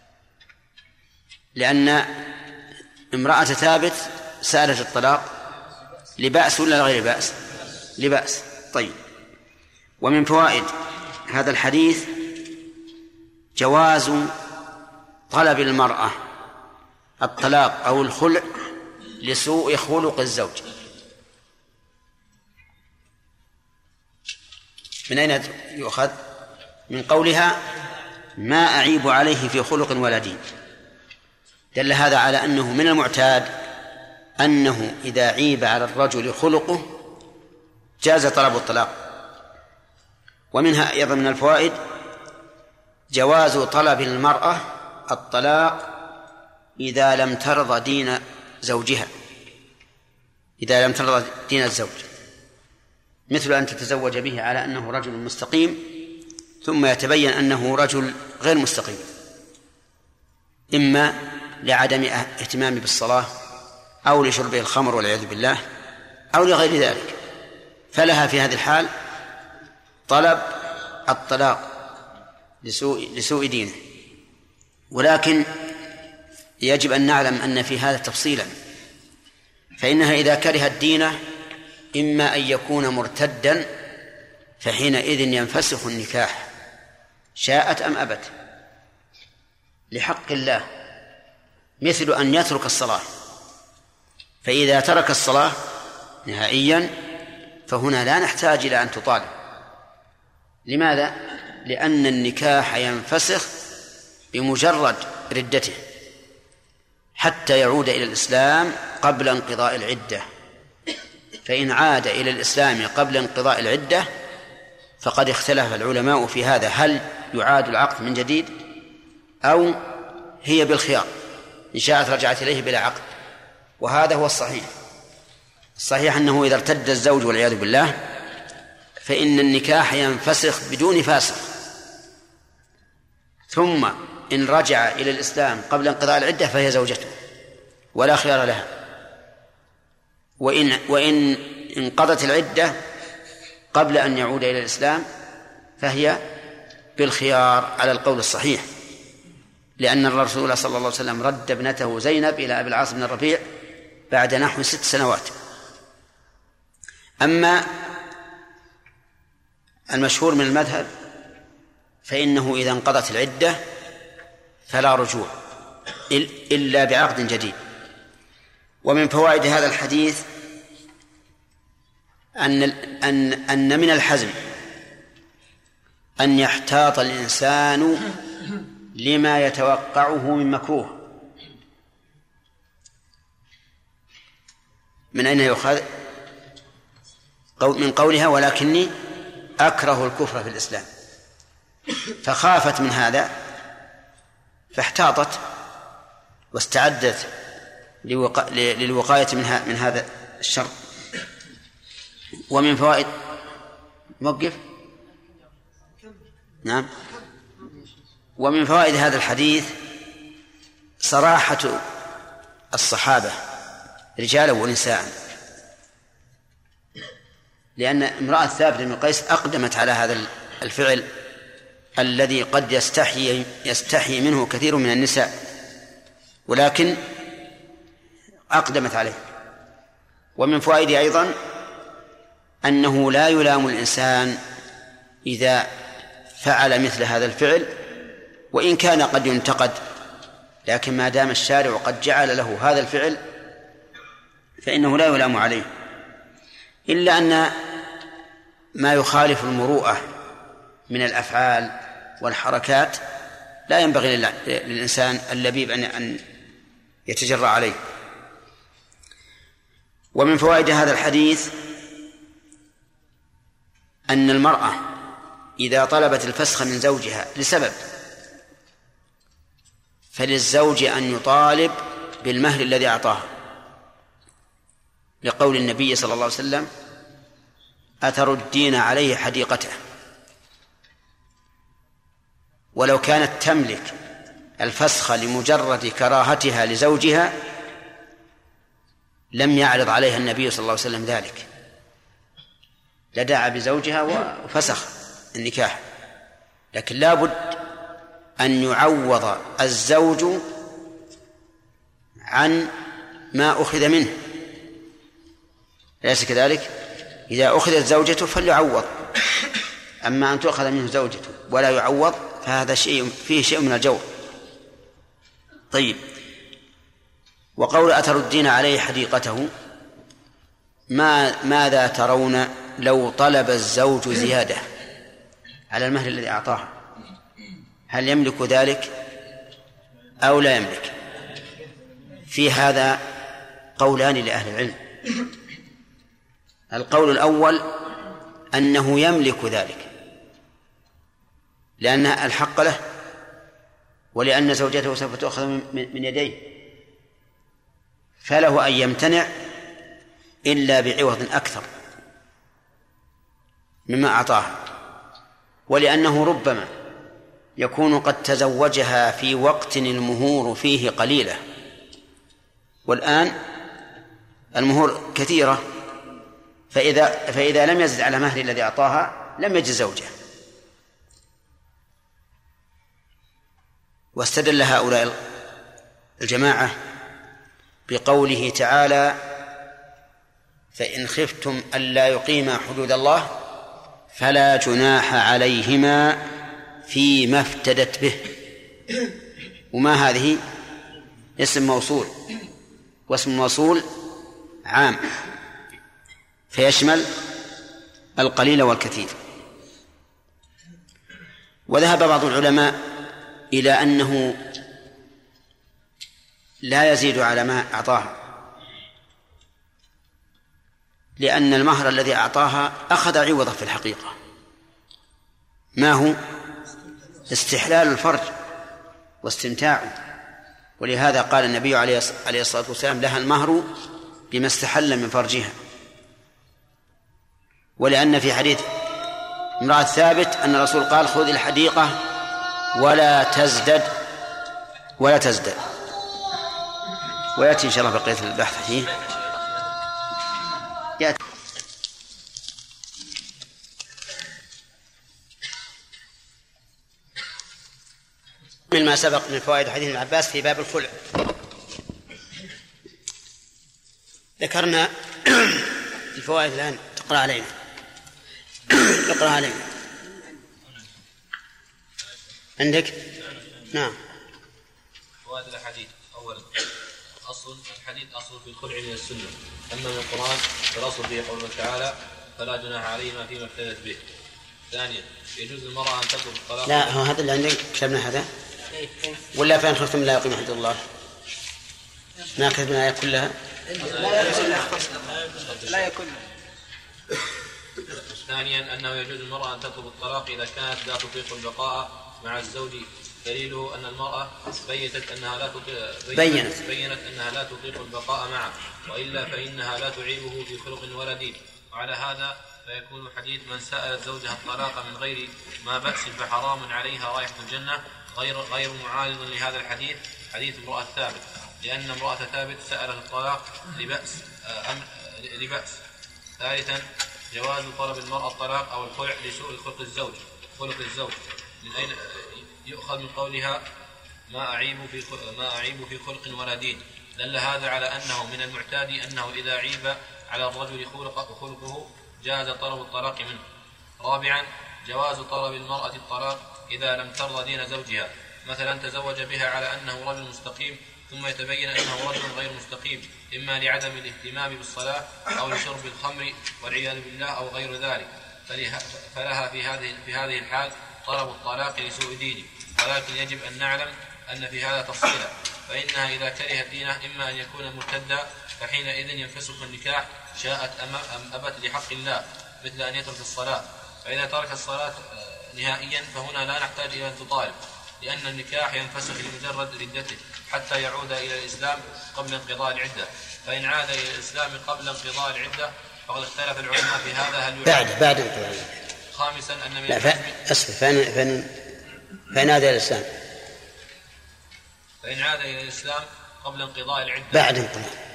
لأن امرأة ثابت سألت الطلاق لبأس ولا غير بأس؟ لبأس. طيب. ومن فوائد هذا الحديث جواز طلب المرأة الطلاق أو الخلع لسوء خلق الزوج. من أين يؤخذ؟ من قولها ما أعيب عليه في خلق ولا دين. دل هذا على أنه من المعتاد أنه إذا عيب على الرجل خلقه جاز طلب الطلاق. ومنها أيضا من الفوائد جواز طلب المرأة الطلاق إذا لم ترضى دين زوجها، إذا لم ترضى دين الزوج، مثل أن تتزوج به على أنه رجل مستقيم ثم يتبين أنه رجل غير مستقيم، إما لعدم اهتمام بالصلاة أو لشربه الخمر والعياذ بالله أو لغير ذلك، فلها في هذه الحال طلب الطلاق لسوء دينه. ولكن يجب أن نعلم أن في هذا تفصيلا، فإنها إذا كرهت دينه إما أن يكون مرتدا فحينئذ ينفسخ النكاح شاءت أم أبت لحق الله، مثل أن يترك الصلاة، فإذا ترك الصلاة نهائيا فهنا لا نحتاج إلى أن تطالب. لماذا؟ لأن النكاح ينفسخ بمجرد ردته حتى يعود إلى الإسلام قبل انقضاء العدة، فإن عاد إلى الإسلام قبل انقضاء العدة فقد اختلف العلماء في هذا، هل يعاد العقد من جديد أو هي بالخيار، إن شاءت رجعت إليه بلا عقد. وهذا هو الصحيح. الصحيح أنه إذا ارتد الزوج والعياذ بالله فإن النكاح ينفسخ بدون فاسخ، ثم إن رجع إلى الإسلام قبل انقضاء العدة فهي زوجته ولا خيار لها، وإن انقضت العدة قبل أن يعود إلى الإسلام فهي بالخيار على القول الصحيح، لأن الرسول صلى الله عليه وسلم رد ابنته زينب إلى أبي العاص بن الربيع بعد نحو 6 سنوات. أما المشهور من المذهب فإنه إذا انقضت العدة فلا رجوع إلا بعقد جديد. ومن فوائد هذا الحديث أن من الحزم أن يحتاط الإنسان لما يتوقعه من مكروه. من أين يؤخذ؟ من قولها ولكني أكره الكفر في الإسلام، فخافت من هذا فاحتاطت واستعدت للوقاية من هذا الشر. ومن فوائد موقف نعم. ومن فوائد هذا الحديث صراحة الصحابة رجالا ونساء، لأن امرأة ثابت بن قيس أقدمت على هذا الفعل الذي قد يستحي منه كثير من النساء، ولكن أقدمت عليه. ومن فوائد أيضا أنه لا يلام الإنسان إذا فعل مثل هذا الفعل، وإن كان قد ينتقد، لكن ما دام الشارع قد جعل له هذا الفعل فإنه لا يلام عليه، إلا أن ما يخالف المروءة من الأفعال والحركات لا ينبغي للإنسان اللبيب أن يتجرأ عليه. ومن فوائد هذا الحديث أن المرأة إذا طلبت الفسخ من زوجها لسبب فللزوج أن يطالب بالمهر الذي أعطاه، لقول النبي صلى الله عليه وسلم: أتردين عليه حديقته. ولو كانت تملك الفسخ لمجرد كراهتها لزوجها لم يعرض عليها النبي صلى الله عليه وسلم ذلك، لدعا بزوجها وفسخ النكاح، لكن لا بد أن يعوض الزوج عن ما أخذ منه، أليس كذلك؟ إذا أخذت زوجته فليعوض، أما أن تؤخذ منه زوجته ولا يعوض فهذا فيه شيء من الجور. طيب، وقول أتردين عليه حديقته، ماذا ترون لو طلب الزوج زيادة على المهر الذي أعطاه؟ هل يملك ذلك أو لا يملك؟ في هذا قولان لأهل العلم. القول الأول أنه يملك ذلك لأن الحق له، ولأن زوجته سوف تأخذ من يديه، فله أن يمتنع إلا بعوض أكثر مما أعطاها، ولأنه ربما يكون قد تزوجها في وقت المهور فيه قليلة، والآن المهور كثيرة، فإذا لم يزد على مهر الذي أعطاها لم يجز زوجه. واستدل هؤلاء الجماعة بقوله تعالى: فإن خفتم ألا يقيما حدود الله فلا جناح عليهما فيما افتدت به. وما هذه؟ اسم موصول، واسم موصول عام فيشمل القليل والكثير. وذهب بعض العلماء إلى أنه لا يزيد على ما أعطاها، لأن المهر الذي أعطاها أخذ عوضه في الحقيقة، ما هو؟ استحلال الفرج واستمتاعه. ولهذا قال النبي عليه الصلاة والسلام: لها المهر بما استحل من فرجها. ولأن في حديث امرأة ثابت أن الرسول قال: خذ الحديقة ولا تزدد ويأتي إن شاء الله بقية البحث فيه. يأتي من ما سبق من فوائد حديث ابن عباس في باب الخلع. ذكرنا الفوائد الآن، تقرأ علينا. اقرأ علينا عندك. نعم. فوائد الحديث: أولا، الحديث أصل في الخلع من السنة، أما من القرآن فالأصل فيه قوله تعالى: فلا جناح عليهما فيما افتدت به. ثانيا، يجوز للمرأة أن تطلب الطلاق. لا، هو هذا اللي عندك كتبنا هذا ولا فإن خفتم لا يقيم حدود الله؟ ما كتبنا الآية كلها؟ لا يكون. ثانيا، أنه يجوز للمرأة أن تطلب الطلاق إذا كانت لا تطيق البقاء مع الزوج، دليله أن المرأة بينت أنها لا تطيق البقاء معه، وإلا فإنها لا تعيبه في خلق ولا دين. وعلى هذا فيكون حديث: من سأل زوجها الطلاق من غير ما بأس فحرام عليها رائحة الجنة غير معارض لهذا الحديث، حديث امرأة ثابت، لأن امرأة ثابت سألت الطلاق لبأس. ثالثا، جواز طلب المرأة الطلاق أو الخلع لسوء خلق الزوج، من أين يؤخذ من قولها: ما أعيب في خلق ولا دين؟ دل هذا على أنه من المعتاد أنه إذا عيب على الرجل خلقه جاز طلب الطلاق منه. رابعا جواز طلب المرأة الطلاق إذا لم ترضى دين زوجها، مثلا تزوج بها على أنه رجل مستقيم ثم يتبين أنه رجل غير مستقيم، إما لعدم الاهتمام بالصلاة أو لشرب الخمر والعياذ بالله أو غير ذلك، فلها في هذه الحال طلب الطلاق لسوء دينه، ولكن يجب أن نعلم أن في هذا تفصيلا، فإنها إذا كرهت دينه إما أن يكون مرتدا فحينئذ ينفسخ النكاح شاءت أم أبت لحق الله، مثل أن يترك الصلاة، فإذا ترك الصلاة نهائيا فهنا لا نحتاج إلى أن تطالب، لأن النكاح ينفسخ لمجرد ردته حتى يعود إلى الإسلام قبل انقضاء العدة، فإن عاد إلى الإسلام قبل انقضاء العدة فقد اختلف العلماء في هذا هل بعد انقضاء العدة. خامسا أن من فإن عاد إلى الإسلام، فإن عاد إلى الإسلام قبل انقضاء العدة بعد انقضاء،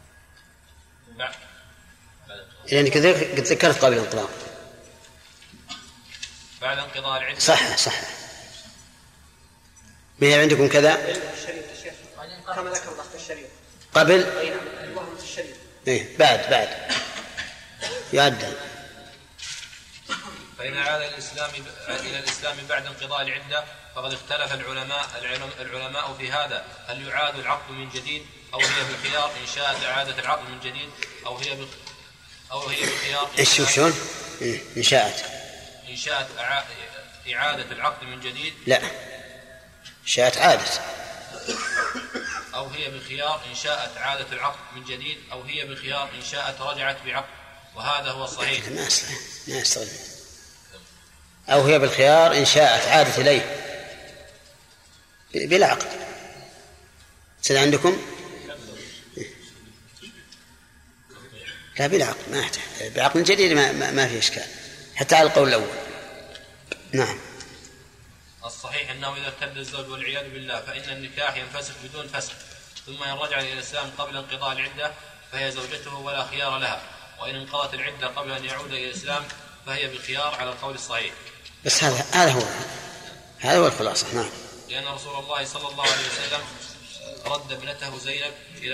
لأنك قد ذكرت قبل انقضاء، بعد انقضاء العدة. صح. ما هي عندكم كذا كما ذكر ضغط الشريط قبل الشريط بعد يعدل. فإن عاد إلى الإسلام بعد انقضاء العدة فقد اختلف العلماء في هذا، هل يعاد العقد من جديد أو هي بالخيار إن شاءت إعادة العقد من جديد أو هي بالخيار إن شاءت إعادة العقد من جديد، لا شاءت عادت، أو هي بالخيار إن شاءت عادة العقد من جديد أو هي بالخيار إن شاءت رجعت بعقد، وهذا هو الصحيح. ما يستغل. أو هي بالخيار إن شاءت عادت إليه بلا عقد. سيد عندكم لا بلا عقد، ما يحتاج بعقد جديد، ما في إشكال حتى على القول الأول. نعم. الصحيح أنه إذا ارتد الزوج والعياذ بالله فإن النكاح ينفسخ بدون فسخ، ثم إن رجع إلى الإسلام قبل انقضاء العدة فهي زوجته ولا خيار لها، وإن انقضت العدة قبل أن يعود إلى الإسلام فهي بالخيار على القول الصحيح. بس هذا هو الخلاصة. نعم. لأن رسول الله صلى الله عليه وسلم رد ابنته زينب إلى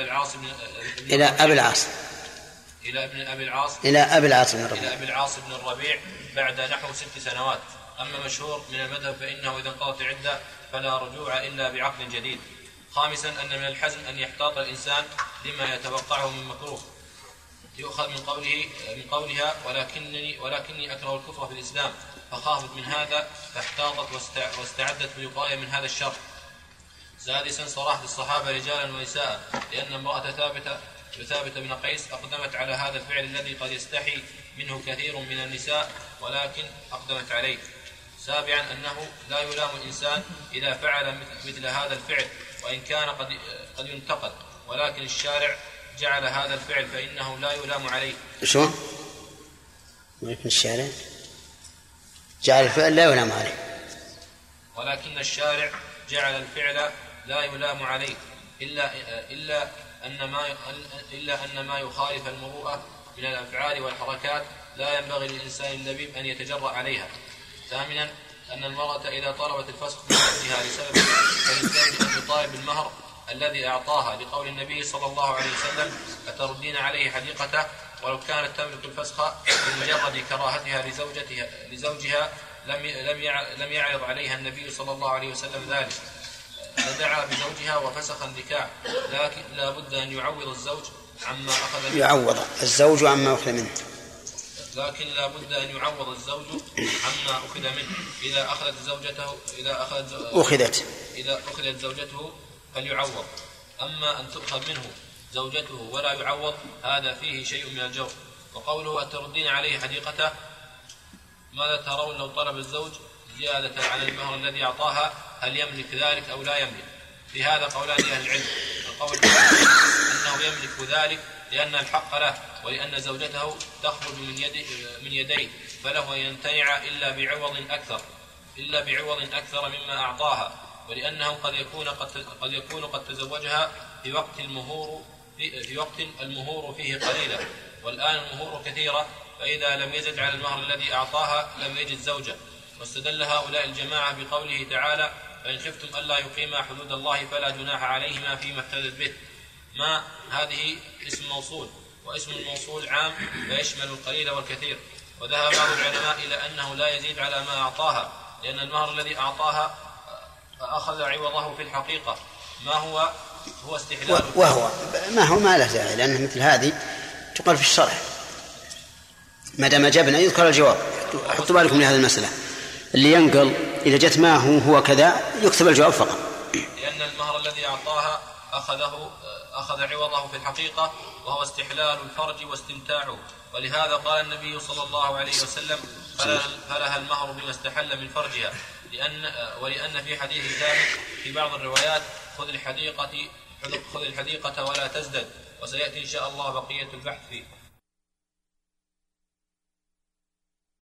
أبي العاص بن الربيع بعد نحو 6 سنوات. أما مشهور من المذهب فإنه إذا انقضت العدة فلا رجوع إلا بعقد جديد. خامسا أن من الحزم أن يحتاط الإنسان لما يتوقعه من مكروه، يؤخذ من قولها ولكني أكره الكفر في الإسلام، فخافت من هذا فاحتاطت واستعدت بوقاية من هذا الشر. سادسا صراحة الصحابة رجالا ونساء، لأن امرأة ثابت بن قيس أقدمت على هذا الفعل الذي قد يستحي منه كثير من النساء ولكن أقدمت عليه. سابعا أنه لا يلام الإنسان إذا فعل مثل هذا الفعل، وإن كان قد ينتقد، ولكن الشارع جعل هذا الفعل فإنه لا يلام عليه. شو؟ ولكن الشارع جعل الفعل لا يلام عليه، ولكن الشارع جعل الفعل لا يلام عليه إلا أن ما يخالف المروءة من الأفعال والحركات لا ينبغي للإنسان اللبيب أن يتجرأ عليها. ثامنا أن المرأة إذا طلبت الفسخ من زوجها لسبب فللزوج أن يطالب المهر الذي أعطاها، لقول النبي صلى الله عليه وسلم: أتردين عليه حديقته؟ ولو كانت تملك الفسخ بمجرد كراهتها لزوجها لم يعرض عليها النبي صلى الله عليه وسلم ذلك، فدعا بزوجها وفسخ النكاح، لكن لا بد أن يعوض الزوج عما أخذ منه. يعوض الزوج عما أخذ منه. لكن لا بد أن يعوض الزوج عما أخذ منه. إذا أخذت زوجته فليعوض. أما أن تؤخذ منه زوجته ولا يعوض هذا فيه شيء من الجور. وقوله: أتردين عليه حديقته، ماذا ترون لو طلب الزوج زيادة على المهر الذي أعطاها؟ هل يملك ذلك أو لا يملك؟ في هذا قولان أهل العلم. القول أنه يملك ذلك لأن الحق له، ولأن زوجته تخرج من يديه، فله أن يمتنع إلا بعوض أكثر مما أعطاها، ولأنه قد يكون قد تزوجها في وقت المهور فيه قليلا، والآن المهور كثيرة، فإذا لم يزد على المهر الذي أعطاها لم يجد زوجة. واستدل هؤلاء الجماعة بقوله تعالى: فإن خفتم ألا يقيما حدود الله فلا جناح عليهما فيما افتدت به. ما هذه اسم موصول، واسم الموصول عام فيشمل القليل والكثير. وذهب بعض العلماء إلى أنه لا يزيد على ما أعطاها، لأن المهر الذي أعطاها أخذ عوضه في الحقيقة. ما هو استحلال، وهو ما له داعي، لأن مثل هذه تقال في الشرح ما دام أجابنا يذكر الجواب. حطوا بالكم لهذه المسألة، اللي ينقل إذا جت ما هو كذا يكتب الجواب فقط، لأن المهر الذي أعطاها أخذ عوضه في الحقيقة، وهو استحلال الفرج واستمتاعه. ولهذا قال النبي صلى الله عليه وسلم: فلها المهر بما استحل من فرجها. ولأن في حديث ذلك في بعض الروايات: خذ الحديقة ولا تزدد. وسيأتي إن شاء الله بقية البحث فيه.